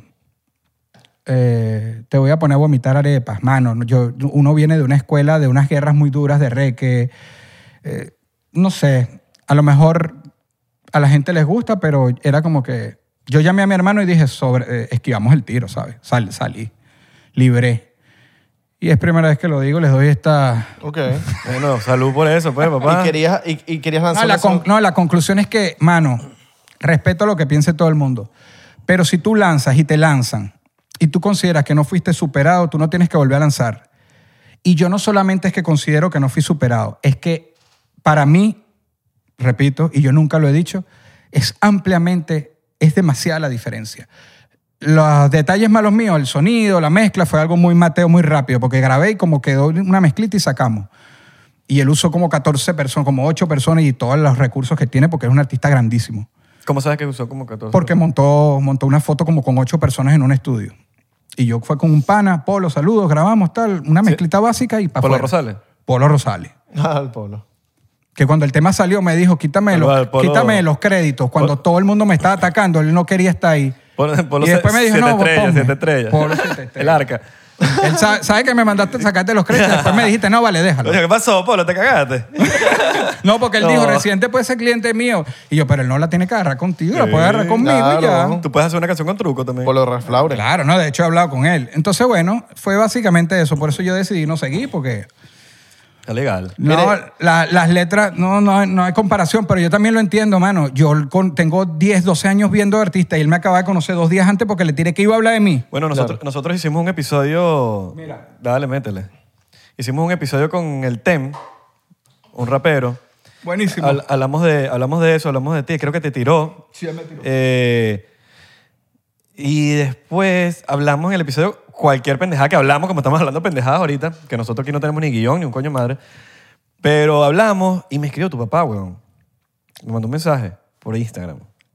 Eh, te voy a poner a vomitar arepas. Mano, yo, uno viene de una escuela de unas guerras muy duras de reque. Eh, no sé, a lo mejor a la gente les gusta, pero era como que... Yo llamé a mi hermano y dije, sobre, eh, esquivamos el tiro, ¿sabes? Sal, salí, libré. Y es primera vez que lo digo, les doy esta... Ok. Bueno, salud por eso, pues, papá. Y querías, y, y querías lanzar No la, eso- con- no, la conclusión es que, mano, respeto lo que piense todo el mundo, pero si tú lanzas y te lanzan y tú consideras que no fuiste superado, tú no tienes que volver a lanzar. Y yo no solamente es que considero que no fui superado, es que para mí, repito, y yo nunca lo he dicho, es ampliamente, es demasiada la diferencia. Los detalles malos míos, el sonido, la mezcla, fue algo muy mateo, muy rápido, porque grabé y como quedó una mezclita y sacamos. Y él usó como catorce personas, como ocho personas y todos los recursos que tiene porque es un artista grandísimo. ¿Cómo sabes que usó como catorce? Porque montó, montó una foto como con ocho personas en un estudio. Y yo fue con un pana, Polo, saludos, grabamos tal, una mezclita básica y para ¿Polo afuera. Rosales? Polo Rosales. Ah, el polo. Que cuando el tema salió me dijo, quítame, Saludos los, al Polo. quítame los créditos. Cuando Polo. todo el mundo me estaba atacando, él no quería estar ahí. Polo, Polo Y después me dijo, siete no, vos estrellas, ponme. siete estrellas. Polo siete estrellas. El arca. Él sabe, sabe que me mandaste a sacarte los créditos. Después me dijiste, no, vale, déjalo. Oye, ¿qué pasó, Polo? ¿Te cagaste? No, porque él No. dijo, Residente puede ser cliente mío. Y yo, pero él no la tiene que agarrar contigo, la puede agarrar conmigo y ya. claro. Tú puedes hacer una canción con truco también. Polo Ralph Lauren. Claro, no, de hecho he hablado con él. Entonces, bueno, fue básicamente eso. Por eso yo decidí no seguir, porque Está legal. no, Mire. la- las letras, no, no, no hay comparación, pero yo también lo entiendo, mano. Yo con- tengo diez, doce años viendo artistas y él me acaba de conocer dos días antes porque le tiré que iba a hablar de mí. Bueno, nosotros, nosotros hicimos un episodio... Mira. Dale, métele. Hicimos un episodio con el Tem, un rapero. Buenísimo. Habl- hablamos, de, hablamos de eso, hablamos de ti. Creo que te tiró. Sí, él me tiró. Eh, y después hablamos en el episodio cualquier pendejada que hablamos, como estamos hablando pendejadas ahorita, que nosotros aquí no tenemos ni guión ni un coño madre. Pero hablamos y me escribió tu papá, weón. Me mandó un mensaje por Instagram.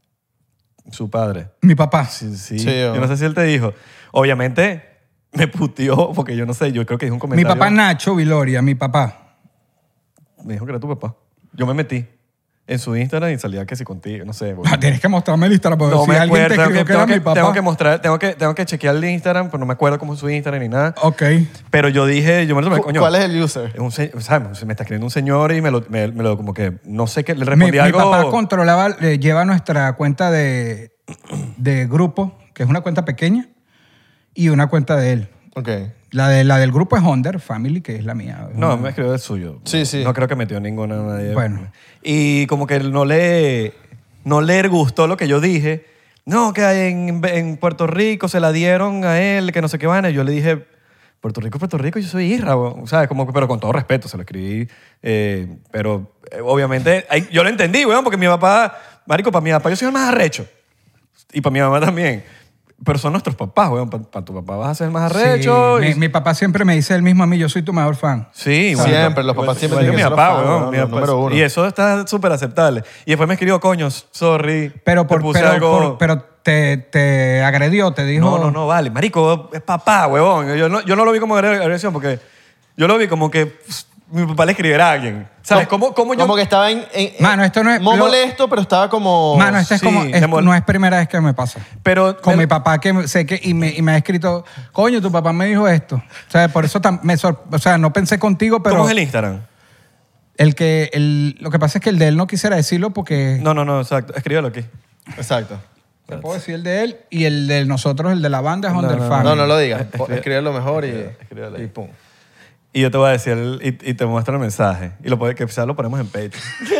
Su padre. Mi papá. Sí, sí. Sí, yo weón. no sé si él te dijo. Obviamente me puteó porque yo no sé, yo creo que dijo un Mi comentario. papá Nacho Viloria, mi papá. Me dijo que era tu papá. Yo me metí en su Instagram y salía que sí contigo, no sé. weón. Ah, tienes que mostrarme el Instagram porque No si me alguien acuerdo, te tengo escribió que, que, era tengo, mi que, papá. tengo que mostrar, tengo que, tengo que chequear el Instagram, pero no me acuerdo cómo es su Instagram ni nada. Ok. Pero yo dije, yo me lo tomé, Cu- coño. ¿Cuál es el user? Es un se- ¿sabes? Se me está escribiendo un señor y me lo, me, me lo como que, no sé qué, le Mi, respondí mi algo. papá controlaba, eh, lleva nuestra cuenta de, de grupo, que es una cuenta pequeña, y una cuenta de él. Ok. La, de, la del grupo es Onder Family, que es la mía. No, me escribió el suyo. Sí, sí. No creo que metió ninguna nadie. Bueno. Y como que no le, no le gustó lo que yo dije. No, que en, en Puerto Rico se la dieron a él, que no sé qué van. Y yo le dije, Puerto Rico, Puerto Rico, yo soy Isra, weón. ¿Sabes? Como que, pero con todo respeto se lo escribí. Eh, pero eh, obviamente, ay, yo lo entendí, weón, porque mi papá, marico, para mi papá yo soy el más arrecho. Y para mi mamá también. Pero son nuestros papás, weón. Para tu papá vas a ser el más arrecho. Sí, y- mi, mi papá siempre me dice el mismo a mí, yo soy tu mejor fan. Sí, Siempre, bueno, los papás siempre igual tienen que que mi ser papá, los fans, weón, weón, mi los papá- número uno. Y eso está súper aceptable. Y después me escribió, coño, sorry. Pero, por, te puse pero, algo... por- pero te, te agredió, te dijo... No, no, no, vale. Marico, es papá, huevón. Yo no, yo no lo vi como agre- agresión porque yo lo vi como que pss, mi papá le escribiera a alguien. ¿Sabes? ¿Cómo, cómo yo...? Como que estaba en... en- en- Mano, esto no es- Muy lo- molesto, pero estaba como... Mano, este es sí, como... me es- mol- no es primera vez que me pasa. Pero... Con me- mi papá que me- sé que... Y me, y me ha escrito, coño, tu papá me dijo esto. O sea, por eso tam- me sor- O sea, no pensé contigo, pero... ¿Cómo es el Instagram? el que... El, lo que pasa es que el de él no quisiera decirlo porque... No, no, no, exacto. Escríbelo aquí. Exacto. Te puedo decir el de él y el de nosotros, el de la banda, es No, Under no, no. Family. No, no lo digas. Escribe- Escríbelo mejor y, escríbelo ahí. y pum. Y yo te voy a decir, el- y, y te muestro el mensaje. Y lo puede, que quizás lo ponemos en Patreon.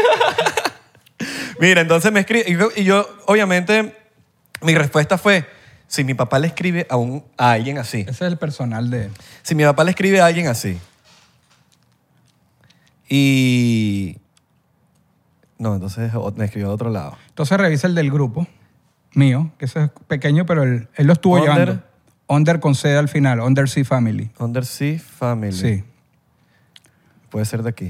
Mira, entonces me escribe. Y yo, y yo, obviamente, mi respuesta fue: si mi papá le escribe a, un, a alguien así, Ese es el personal de él. si mi papá le escribe a alguien así, y. No, entonces o- me escribió de otro lado. Entonces revisa el del grupo mío, que ese es pequeño, pero él, él lo estuvo Under- llevando. Under con C al final, Under Sea Family. Undersea Family. Sí. Puede ser de aquí.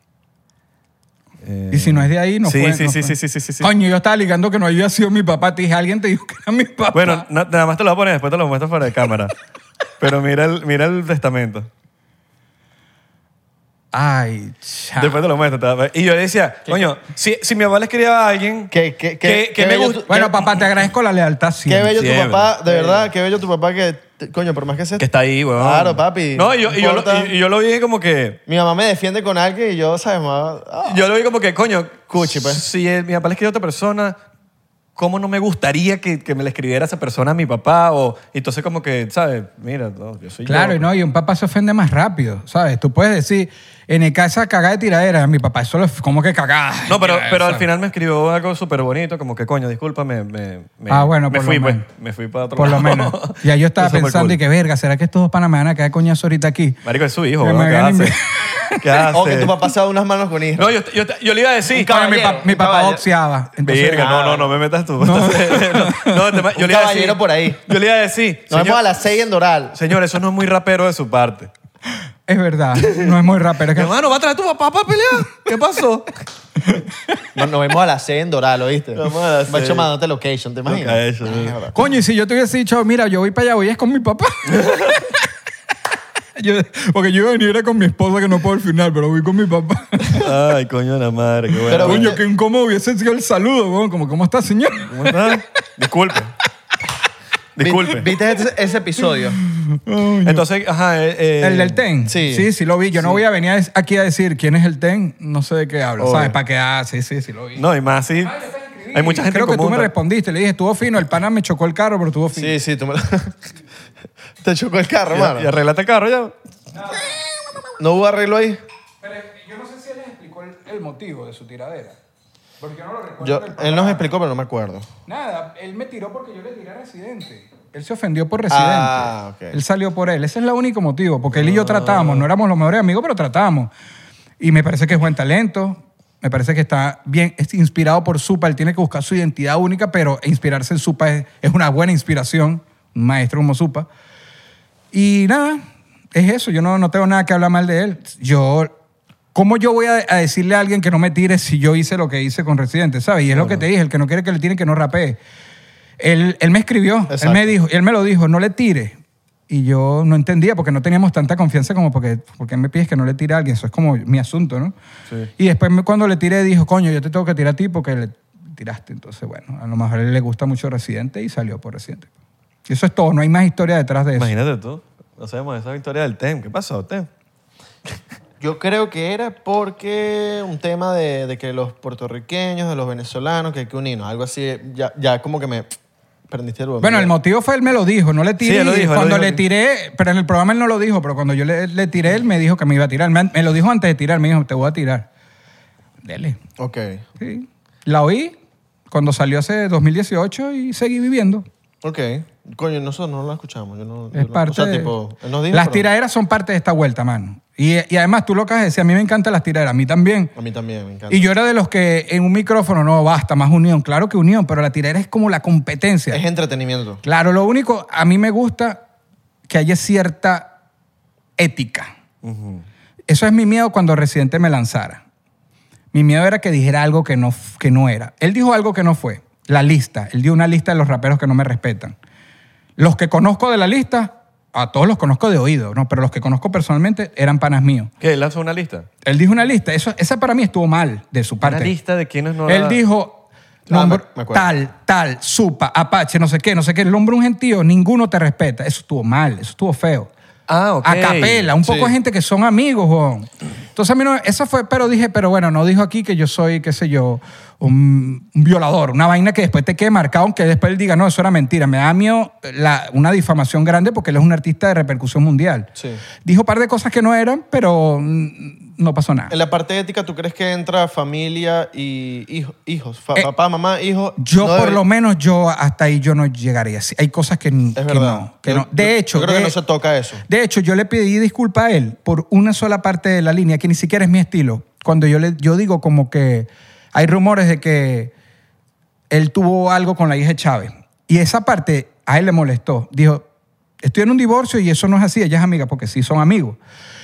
Eh, Y si no es de ahí, no sí, fue. Sí, no sí, fue. sí, sí, sí, sí, sí. Coño, yo estaba ligando que no había sido mi papá. Te dije, alguien te dijo que era mi papá. Bueno, na- nada más te lo voy a poner, después te lo muestro fuera de cámara. Pero mira el, mira el testamento. Ay, chao. Después te lo muestro. te va- Y yo le decía, coño, si, si mi papá le escribía a alguien ¿Qué- qué- que, qué- que qué me bello gusta... tú- Bueno, papá, te agradezco la lealtad Qué siempre. bello Siempre. tu papá, de verdad, qué bello tu papá que, te- coño, por más que sea... Que está ahí, weón. Claro, papi. No, y yo, No y yo, lo, importa. y- y yo lo vi como que... Mi mamá me defiende con alguien y yo, ¿sabes? Mamá, ah. Yo lo vi como que, coño, Cuchi, pues. si el- mi papá le escribió a otra persona, ¿cómo no me gustaría que, que me le escribiera esa persona a mi papá? O, y entonces como que, ¿sabes? Mira, no, yo soy Claro, yo. y no, y un papá se ofende más rápido, ¿sabes? Tú puedes decir, en el casa cagada de tiradera, mi papá, eso es como que cagada. No, pero, tiradera, pero al ¿sabes? final me escribió algo súper bonito, como que, coño, discúlpame, me, me, Ah, bueno, me por fui, lo pues. menos. Me fui para otro Por lo lado. menos. Ya yo estaba Eso fue pensando, cool. y que verga, ¿será que estos dos panas me van a caer coñazo ahorita aquí? Marico, es su hijo, Que weón, me ¿qué hagan hace? ¿Qué hace? O que tu papá se da unas manos con hija. No, yo, yo, yo le iba a decir... Un Bueno, mi, caballero, pa- mi un papá caballero. boxeaba. Entonces, Verga, no, no, no me metas tú. No, no, te- yo Un le iba a caballero decir, por ahí. Yo le iba a decir, Nos señor, vemos a las seis en Doral. señor, eso no es muy rapero de su parte. es verdad, no es muy rápido. Es que- Hermano, ¿va a traer a tu papá para pelear? ¿Qué pasó? Nos, nos vemos a las seis en Doral, ¿oíste? Vamos a las Va seis. hecho mandándote location, ¿te imaginas? Location, sí. Mierda. Coño, y si yo te hubiese dicho, mira, yo voy para allá, voy es con mi papá. Yo- porque yo iba a venir era con mi esposa, que no puedo al final, pero voy con mi papá. Ay, coño de la madre, qué bueno. Pero- Coño, viste- qué incómodo hubiese sido el saludo, weón, como, ¿cómo está, señor? ¿Cómo está? Disculpe. Disculpe. Vi- ¿Viste ese, ese episodio? Entonces, ajá. eh, eh, ¿El del TEN? sí. Sí, sí lo vi. Yo no voy a venir a- aquí a decir quién es el TEN, no sé de qué hablo, Obvio. ¿sabes? Para que, ah, sí, sí, sí lo vi. No, y más así. Hay mucha gente Creo en que tú común, me ¿no? respondiste, le dije, estuvo fino, el pana me chocó el carro, pero estuvo fino. Sí, sí, tú me lo... Te chocó el carro, Y, mano. y arreglate el carro ya. ¿No hubo arreglo ahí? Pero yo no sé si él les explicó el, el motivo de su tiradera. Porque yo no lo recuerdo. Yo, del él programa. nos explicó, pero no me acuerdo. Nada, él me tiró porque yo le tiré a Residente. Él se ofendió por Residente. Ah, ok. Él salió por él. Ese es el único motivo. Porque él y yo tratábamos. No éramos los mejores amigos, pero tratábamos. Y me parece que es buen talento. Me parece que está bien es inspirado por Supa. Él tiene que buscar su identidad única, pero inspirarse en Supa es, es una buena inspiración. Un maestro como Supa. Y nada, es eso. Yo no, no tengo nada que hablar mal de él. Yo... ¿Cómo yo voy a, a decirle a alguien que no me tire si yo hice lo que hice con Residente, ¿sabes? Y es lo que te dije, el que no quiere que le tiren, que no rapee. Él, él me escribió, Exacto. él me dijo, él me lo dijo, no le tire. Y yo no entendía porque no teníamos tanta confianza como porque, porque me pides que no le tire a alguien. Eso es como mi asunto, ¿no? Sí. Y después me- cuando le tiré dijo, coño, yo te tengo que tirar a ti porque le tiraste. Entonces, bueno, a lo mejor a él le gusta mucho Residente y salió por Residente. Y eso es todo, no hay más historia detrás de eso. Imagínate tú. No sabemos esa historia del T E M. ¿Qué pasó, T E M? Yo creo que era porque un tema de, de que los puertorriqueños, de los venezolanos, que hay que unirnos. Algo así, ya, ya como que me prendiste el Bueno, el motivo fue él me lo dijo, no le tiré. Sí, él lo dijo, él cuando lo dijo. le tiré, pero en el programa él no lo dijo, pero cuando yo le, le tiré, él me dijo que me iba a tirar. Me, me lo dijo antes de tirar, me dijo, te voy a tirar. Dele. Ok. Sí. La oí cuando salió hace dos mil dieciocho y seguí viviendo. Ok. Coño, nosotros no lo escuchamos. Yo no, yo Es no- parte o sea, de- tipo, él nos dijo, Las pero tiraderas son parte de esta vuelta, mano. Y, y además, tú lo acabas de decir, a mí me encantan las tiraderas, a mí también. A mí también me encanta. Y yo era de los que en un micrófono, no, basta, más unión. Claro que unión, pero la tiradera es como la competencia. Es entretenimiento. Claro, lo único, a mí me gusta que haya cierta ética. Eso es mi miedo cuando Residente me lanzara. Mi miedo era que dijera algo que no, que no era. Él dijo algo que no fue. La lista. Él dio una lista de los raperos que no me respetan. Los que conozco de la lista, a todos los conozco de oído, ¿no? Pero los que conozco personalmente eran panas míos. ¿Qué? ¿Él lanzó una lista? Él dijo una lista. Eso, esa para mí estuvo mal de su parte. Una lista de quienes no Él la- dijo, Ah, nombre- me- me acuerdo. tal, tal, Supa, Apache, no sé qué, no sé qué. El hombre un gentío, ninguno te respeta. Eso estuvo mal, eso estuvo feo. Ah, ok. A capela, un poco Sí. de gente que son amigos, weón. Entonces a mí no, eso fue, pero dije, pero bueno, no dijo aquí que yo soy, qué sé yo, un, un violador, una vaina que después te quede marcado, aunque después él diga, no, eso era mentira. Me da miedo la- una difamación grande porque él es un artista de repercusión mundial. Sí. Dijo un par de cosas que no eran, pero mm, no pasó nada. En la parte ética, ¿tú crees que entra familia y hijo- hijos? Fa- Eh, papá, mamá, hijo. Yo, no por debería- lo menos, yo hasta ahí yo no llegaría. Sí, hay cosas que, que Es verdad. no. Que Yo- no. De yo- hecho, yo creo de, que no se toca eso. de hecho, yo le pedí disculpas a él por una sola parte de la línea que ni siquiera es mi estilo. Cuando yo, le, yo digo como que hay rumores de que él tuvo algo con la hija de Chávez. Y esa parte a él le molestó. Dijo, estoy en un divorcio y eso no es así, ella es amiga, porque sí son amigos.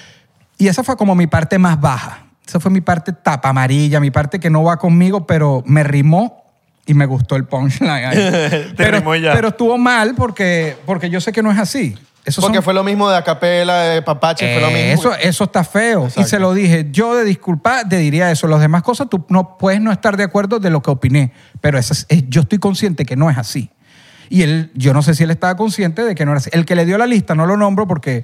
Y esa fue como mi parte más baja. Esa fue mi parte tapa amarilla, mi parte que no va conmigo, pero me rimó y me gustó el punchline ahí. Te pero, rimó ya. pero estuvo mal porque, porque yo sé que no es así. Eso Porque son- fue lo mismo de Acapela, de Papache, fue lo Eh, mismo. Eso, eso está feo. Exacto. Y se lo dije. Yo de disculpar te diría eso. Las demás cosas tú no puedes no estar de acuerdo de lo que opiné. Pero eso es- es- yo estoy consciente que no es así. Y él, yo no sé si él estaba consciente de que no era así. El que le dio la lista, no lo nombro porque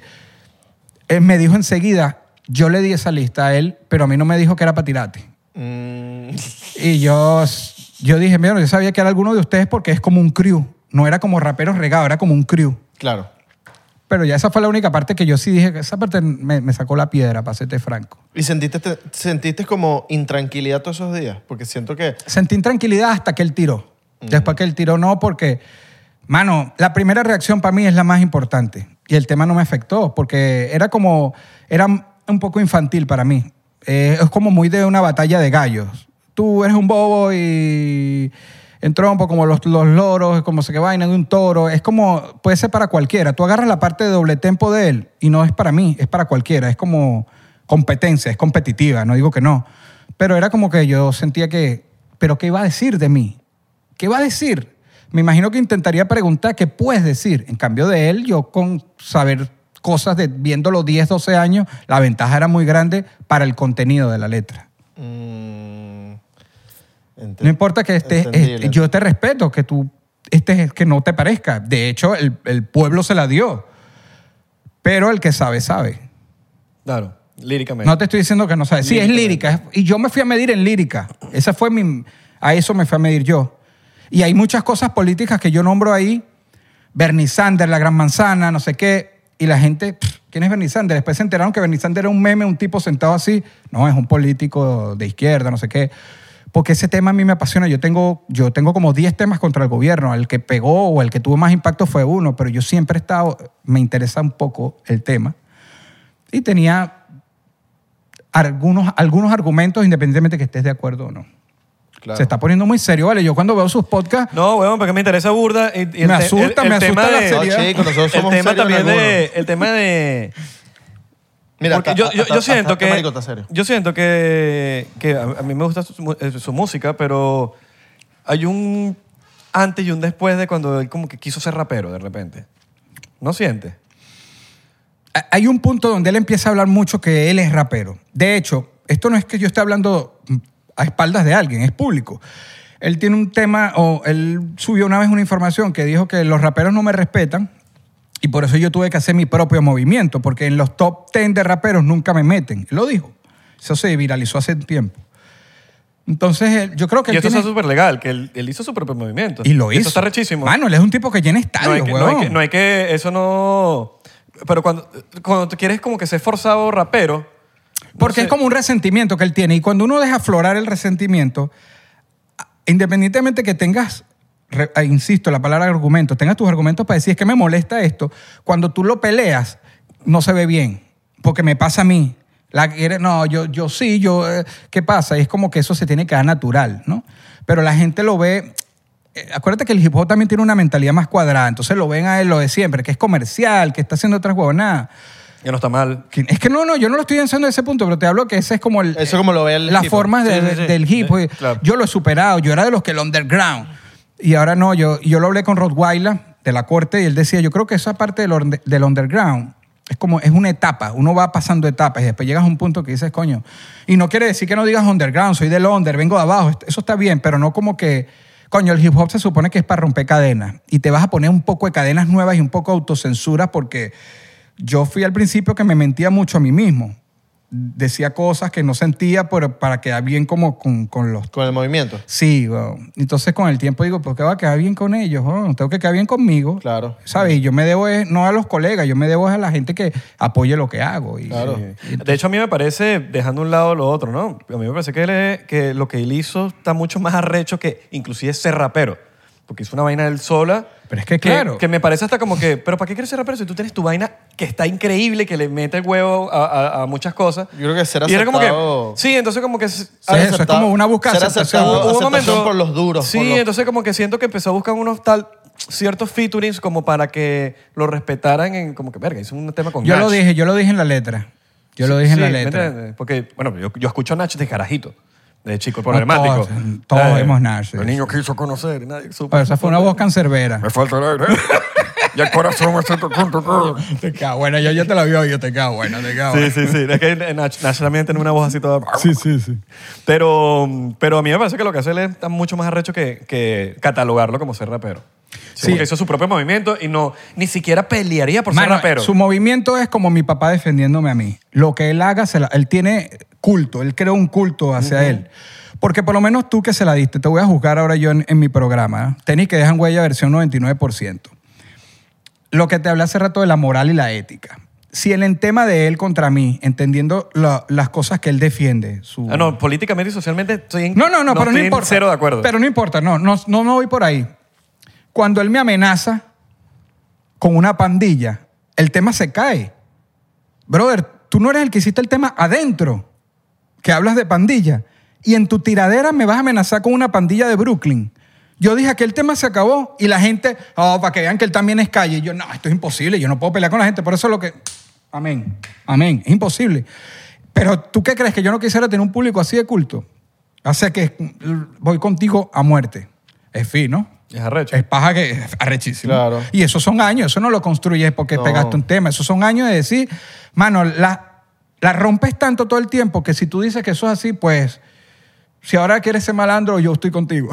él me dijo enseguida, yo le di esa lista a él, pero a mí no me dijo que era para tirarte. Mm, Y yo, yo dije, mira, yo sabía que era alguno de ustedes porque es como un crew. No era como raperos regados, era como un crew. claro. Pero ya esa fue la única parte que yo sí dije, que esa parte me, me sacó la piedra, para serte franco. ¿Y sentiste, te- sentiste como intranquilidad todos esos días? Porque siento que... Sentí intranquilidad hasta que él tiró. Después que él tiró, no, porque, mano, la primera reacción para mí es la más importante. Y el tema no me afectó, porque era como, era un poco infantil para mí. Eh, es como muy de una batalla de gallos. Tú eres un bobo y en trompo, como los, los loros, como se que vaina de un toro. Es como, puede ser para cualquiera. Tú agarras la parte de doble tempo de él y no es para mí, es para cualquiera. Es como competencia, es competitiva, no digo que no. Pero era como que yo sentía que, ¿pero qué iba a decir de mí? ¿Qué va a decir? Me imagino que intentaría preguntar qué puedes decir. En cambio de él, yo con saber cosas de viéndolo diez, doce años, la ventaja era muy grande para el contenido de la letra. mm, ent- No importa que estés, entendible. est- yo te respeto, que tú estés, que no te parezca. De hecho, el, el pueblo se la dio. Pero el que sabe, sabe. Claro, líricamente. No te estoy diciendo que no sabes. Sí, es lírica. es- Y yo me fui a medir en lírica. Esa fue mi... A eso me fui a medir yo. Y hay muchas cosas políticas que yo nombro ahí. Bernie Sanders, la gran manzana, no sé qué. Y la gente, pff, ¿quién es Bernie Sanders? Después se enteraron que Bernie Sanders era un meme, un tipo sentado así. No, es un político de izquierda, no sé qué. Porque ese tema a mí me apasiona. Yo tengo, yo tengo como diez temas contra el gobierno. El que pegó o el que tuvo más impacto fue uno. Pero yo siempre he estado... Me interesa un poco el tema. Y tenía algunos, algunos argumentos independientemente que estés de acuerdo o no. Claro. Se está poniendo muy serio, ¿vale? Yo cuando veo sus podcasts, No, weón, porque me interesa burda. Y, y el Me te- asusta, el- el me tema asusta la de- seriedad. No, chicos, nosotros El somos tema serios en también de... algunos. El tema de... Mira, Porque hasta- yo, yo, hasta- yo siento hasta que... marico está serio. Yo siento que, que a, a mí me gusta su, mu- eh, su música, pero hay un antes y un después de cuando él como que quiso ser rapero de repente. ¿No sientes? a- hay un punto donde él empieza a hablar mucho que él es rapero. De hecho, esto no es que yo esté hablando a espaldas de alguien, es público. Él tiene un tema, o él subió una vez una información que dijo que los raperos no me respetan y por eso yo tuve que hacer mi propio movimiento, porque en los top ten de raperos nunca me meten. Él lo dijo. Eso se viralizó hace tiempo. Entonces, él- yo creo que Y él esto tiene... está súper legal, que él, él hizo su propio movimiento. Y lo hizo. Eso está rechísimo. Mano, él es un tipo que llena no, estadios, hay que, no, hay huevón. que, no hay que... Eso no... Pero cuando, cuando tú quieres como que ser forzado rapero... no Porque sé. es como un resentimiento que él tiene. Y cuando uno deja aflorar el resentimiento, independientemente que tengas, re- eh, insisto, la palabra argumento, tengas tus argumentos para decir es que me molesta esto, cuando tú lo peleas, no se ve bien. Porque me pasa a mí. La, quiere- no, yo, yo sí, yo, eh, ¿qué pasa? Y es como que eso se tiene que dar natural, ¿no? Pero la gente lo ve... eh, Acuérdate que el hip hop también tiene una mentalidad más cuadrada. Entonces lo ven a él lo de siempre, que es comercial, que está haciendo otras huevonadas. Que no está mal. Que- Es que no, no, yo no lo estoy diciendo de ese punto, pero te hablo que ese es como el... Eso como lo ve el Las hip hop. formas de- Sí, sí, sí. del hip hop. Sí, claro. Yo lo he superado, yo era de los que el underground. Y ahora no, yo, yo lo hablé con Rottweiler de la corte y él decía, yo creo que esa parte del, orde- del underground es como, es una etapa, uno va pasando etapas y después llegas a un punto que dices, coño, y no quiere decir que no digas underground, soy del under, vengo de abajo, eso está bien, pero no como que, coño, el hip hop se supone que es para romper cadenas y te vas a poner un poco de cadenas nuevas y un poco de autocensura porque yo fui al principio que me mentía mucho a mí mismo. Decía cosas que no sentía pero para quedar bien como con, con los... Con el movimiento. Sí, weón. Entonces con el tiempo digo, ¿por qué va a quedar bien con ellos? weón? Tengo que quedar bien conmigo. Claro. ¿Sabes? Y yo me debo es- no a los colegas, yo me debo es a la gente que apoye lo que hago. Y, Claro. y- De hecho, a mí me parece, dejando a un lado lo otro, ¿no? A mí me parece que, él- que lo que él hizo está mucho más arrecho que inclusive ser rapero. Porque hizo una vaina él sola. Pero es que claro. Que me parece hasta como que, ¿pero para qué quieres ser rapero si tú tienes tu vaina que está increíble, que le mete el huevo a, a- a muchas cosas? Yo creo que ser Y era como que, aceptado- sí, entonces como que... Sí, eso es como una búsqueda de Ser aceptación. aceptado, Hubo un aceptación momento- por los duros. Sí, por los- entonces como que siento que empezó a buscar unos tal ciertos featurings como para que lo respetaran en como que, verga, hizo un tema con yo Nach. lo dije, yo lo dije en la letra. Yo lo dije en Sí, la ¿me letra. entiendes? Porque, bueno, yo, yo escucho a Nach de carajito, de chico No, problemático. todos, todos vimos Nach, sí, El sí. niño quiso conocer y nadie supo. Pero esa fue una voz cancerbera. Me falta el aire. Y el corazón me siento contigo. Te queda buena. Yo ya te la vi hoy. Yo te queda buena. Te queda Sí, buena. sí, sí. Es que Nach, Nach también tiene una voz así toda... Sí, sí, sí. Pero, pero a mí me parece que lo que hace él está mucho más arrecho que, que catalogarlo como ser rapero. Sí. Porque hizo su propio movimiento y no ni siquiera pelearía por ser Mano, rapero. su movimiento es como mi papá defendiéndome a mí. Lo que él haga, se la- él tiene culto. Él creó un culto hacia él. Porque por lo menos tú que se la diste, te voy a juzgar ahora yo en, en mi programa. ¿eh? Tenis que dejan huella versión noventa y nueve por ciento. Lo que te hablé hace rato de la moral y la ética. Si el en tema de él contra mí, entendiendo la- las cosas que él defiende, su... Ah, no, políticamente y socialmente estoy en, No, no, no, pero no estoy en importa. cero de acuerdo. Pero no importa, no, no, no, no voy por ahí. Cuando él me amenaza con una pandilla, el tema se cae. Brother, tú no eres el que hiciste el tema adentro, que hablas de pandilla, y en tu tiradera me vas a amenazar con una pandilla de Brooklyn. Yo dije que el tema se acabó y la gente, oh, para que vean que él también es calle. Y yo, no, esto es imposible, yo no puedo pelear con la gente. Por eso es lo que... Amén, amén, es imposible. Pero ¿tú qué crees? ¿Que yo no quisiera tener un público así de culto? O sea que voy contigo a muerte. Es fino. Es arrecho. Es paja que es arrechísimo. Claro. Y esos son años, eso no lo construyes porque No. pegaste un tema. Esos son años de decir, mano, la, la rompes tanto todo el tiempo que si tú dices que eso es así, pues, si ahora quieres ser malandro, yo estoy contigo.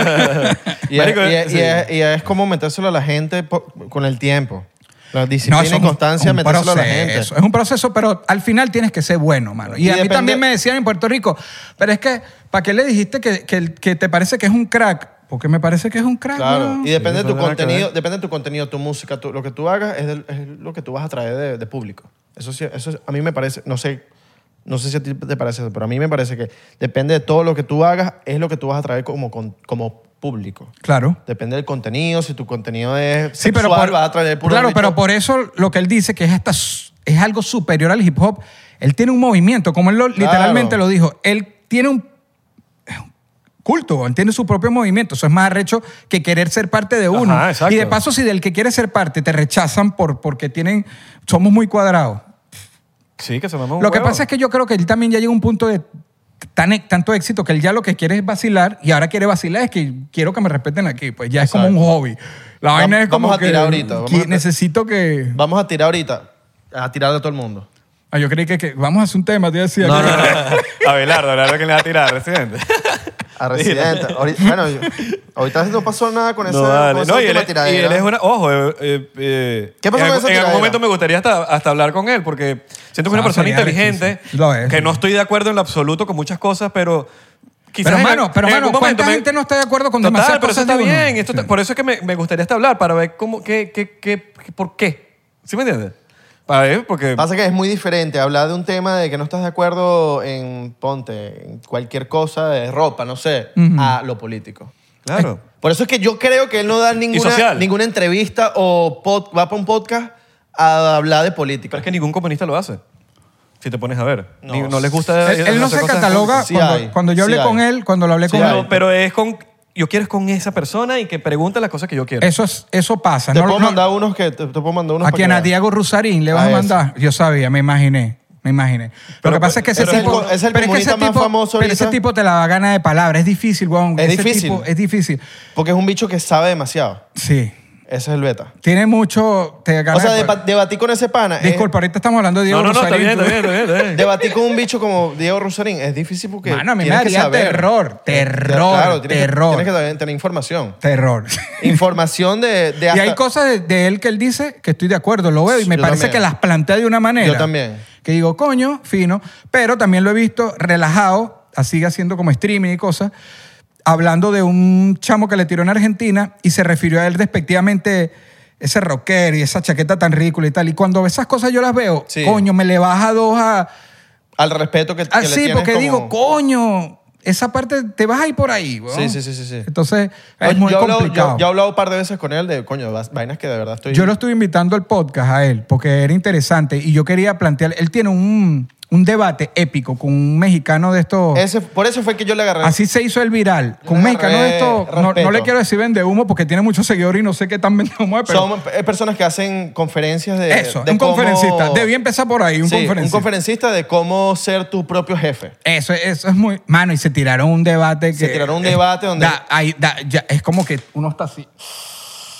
Y, Marico, es, y es- sí. y es- y es como metérselo a la gente po- con el tiempo. La disciplina eso y es un- constancia, un metérselo a la proceso, gente. Es un proceso, pero al final tienes que ser bueno, mano. Y, Y a mí depende- también me decían en Puerto Rico, pero es que, ¿para qué le dijiste que, que, que te parece que es un crack? Porque me parece que es un crack. Claro, ¿no? y depende eso de tu nada que contenido, ver. depende de tu contenido, tu música, tu- lo que tú hagas es, del- es lo que tú vas a traer de, de público. Eso sí, eso es- a mí me parece, no sé, no sé si a ti te parece eso, pero a mí me parece que depende de todo lo que tú hagas, es lo que tú vas a traer como, con- como público. Claro. Depende del contenido, si tu contenido es Sí, pero sexual, por, vas a traer puro claro, ámbito. pero por eso lo que él dice que es hasta s- es algo superior al hip hop. Él tiene un movimiento, como él lo- literalmente lo dijo. Él tiene un es un culto, él tiene su propio movimiento. Eso es más arrecho que querer ser parte de uno. Ajá, exacto. Y de paso, si del que quiere ser parte te rechazan por, porque tienen, somos muy cuadrados. Sí, que se mama un Lo que huevo. pasa es que yo creo que él también ya llega a un punto de tan, tanto éxito que él ya lo que quiere es vacilar y ahora quiere vacilar es que quiero que me respeten aquí. Pues ya es como un Exacto. hobby. La vaina es como vamos a que tirar ahorita, vamos que a- necesito que... Vamos a tirar ahorita, a tirar de todo el mundo. Ah, yo creí que, que vamos a hacer un tema, te decía. No, que- no, no. Abelardo, Abelardo, ¿quién le va a tirar? Residente. A Residente. Ahorita, bueno, yo- ahorita no pasó nada con esa, No, con vale. esa No, y él, última es- y tiradera. él es una... Ojo, eh, eh, eh, ¿Qué pasó en, con algún- esa en algún tiradera? momento me gustaría hasta, hasta hablar con él porque siento que es una Ah, persona sería inteligente, arrechísimo. Lo es, que sí. no estoy de acuerdo en lo absoluto con muchas cosas, pero... Quizás Pero, en mano, al- pero, en mano, algún ¿cuánta momento me- gente no está de acuerdo con Total, demasiadas pero eso cosas está de uno? bien. Esto Sí. Por eso es que me, me gustaría hasta hablar, para ver cómo, qué, qué, qué, por qué. ¿Sí me entiendes? Para ver, porque... Pasa que es muy diferente hablar de un tema de que no estás de acuerdo en, ponte, en cualquier cosa de ropa, no sé, Ujú. a lo político. Claro. Por eso es que yo creo que él no da ninguna, social. ninguna entrevista o pod- va para un podcast a hablar de política. Pero es que ningún comunista lo hace. Si te pones a ver. No. Ni- No, les gusta... Él, él no hacer se cosas cataloga. Sí cuando, hay, cuando yo sí hablé hay. con él, cuando lo hablé Sí con hay. él, Pero es con... Yo quiero es con esa persona y que pregunte las cosas que yo quiero. eso, es, eso pasa. Te No- puedo no- mandar unos que te, te puedo mandar unos a para quien que a veas. Diego Rusarín le vas A a ese. mandar. Yo sabía, me imaginé. Me imaginé. Lo Pero, que pasa es que ese pero es el tipo. co- es el pero comunista ese más tipo- famoso Pero ese ahorita. tipo te la gana de palabras. Es difícil, weón. Es Ese difícil. tipo- es difícil. Porque es un bicho que sabe demasiado. Sí. Ese es el beta. Tiene mucho. Te gana O sea, de deba- debatir con ese pana. es- Disculpa, ahorita estamos hablando de Diego No, no, no, está Rusarín. bien, está bien, está bien. Está bien. Debatir con un bicho como Diego Rusarín es difícil porque. Mano, a mí me tienes que daría saber. terror, terror, Claro, tienes terror. Que, tienes que saber- tener información. Terror. Información de. de Y hasta- hay cosas de, de él que él dice que estoy de acuerdo, lo veo y me Yo parece también. que las plantea de una manera. Yo también. Que digo, coño, fino, pero también lo he visto relajado, así haciendo como streaming y cosas, hablando de un chamo que le tiró en Argentina y se refirió a él despectivamente, ese rockero y esa chaqueta tan ridícula y tal. Y cuando esas cosas yo las veo, Sí. coño, me le baja dos a... Al respeto que, que Ah, le sí, tienes porque como- digo, coño, esa parte te vas a ir por ahí, weón. Sí, sí, sí, sí, sí. Entonces, Yo- es muy yo he hablado- complicado. Yo, yo he hablado un par de veces con él de, coño, vas- vainas que de verdad estoy... Yo lo estuve invitando al podcast a él porque era interesante y yo quería plantear, él tiene un, un debate épico con un mexicano de estos, Ese, por eso fue que yo le agarré. así se hizo el viral, Yo con un le mexicano de agarré estos, no, no respeto. le quiero decir vende humo porque tiene muchos seguidores y no sé qué tan vende humo es, pero Son eh, personas que hacen conferencias de... eso, de un cómo- conferencista, debí empezar por ahí, un Sí, conferencista. un conferencista de cómo ser tu propio jefe. Eso, eso es muy, mano, y se tiraron un debate que... Se tiraron un debate donde- da- ahí, da- ya, es como que uno está así...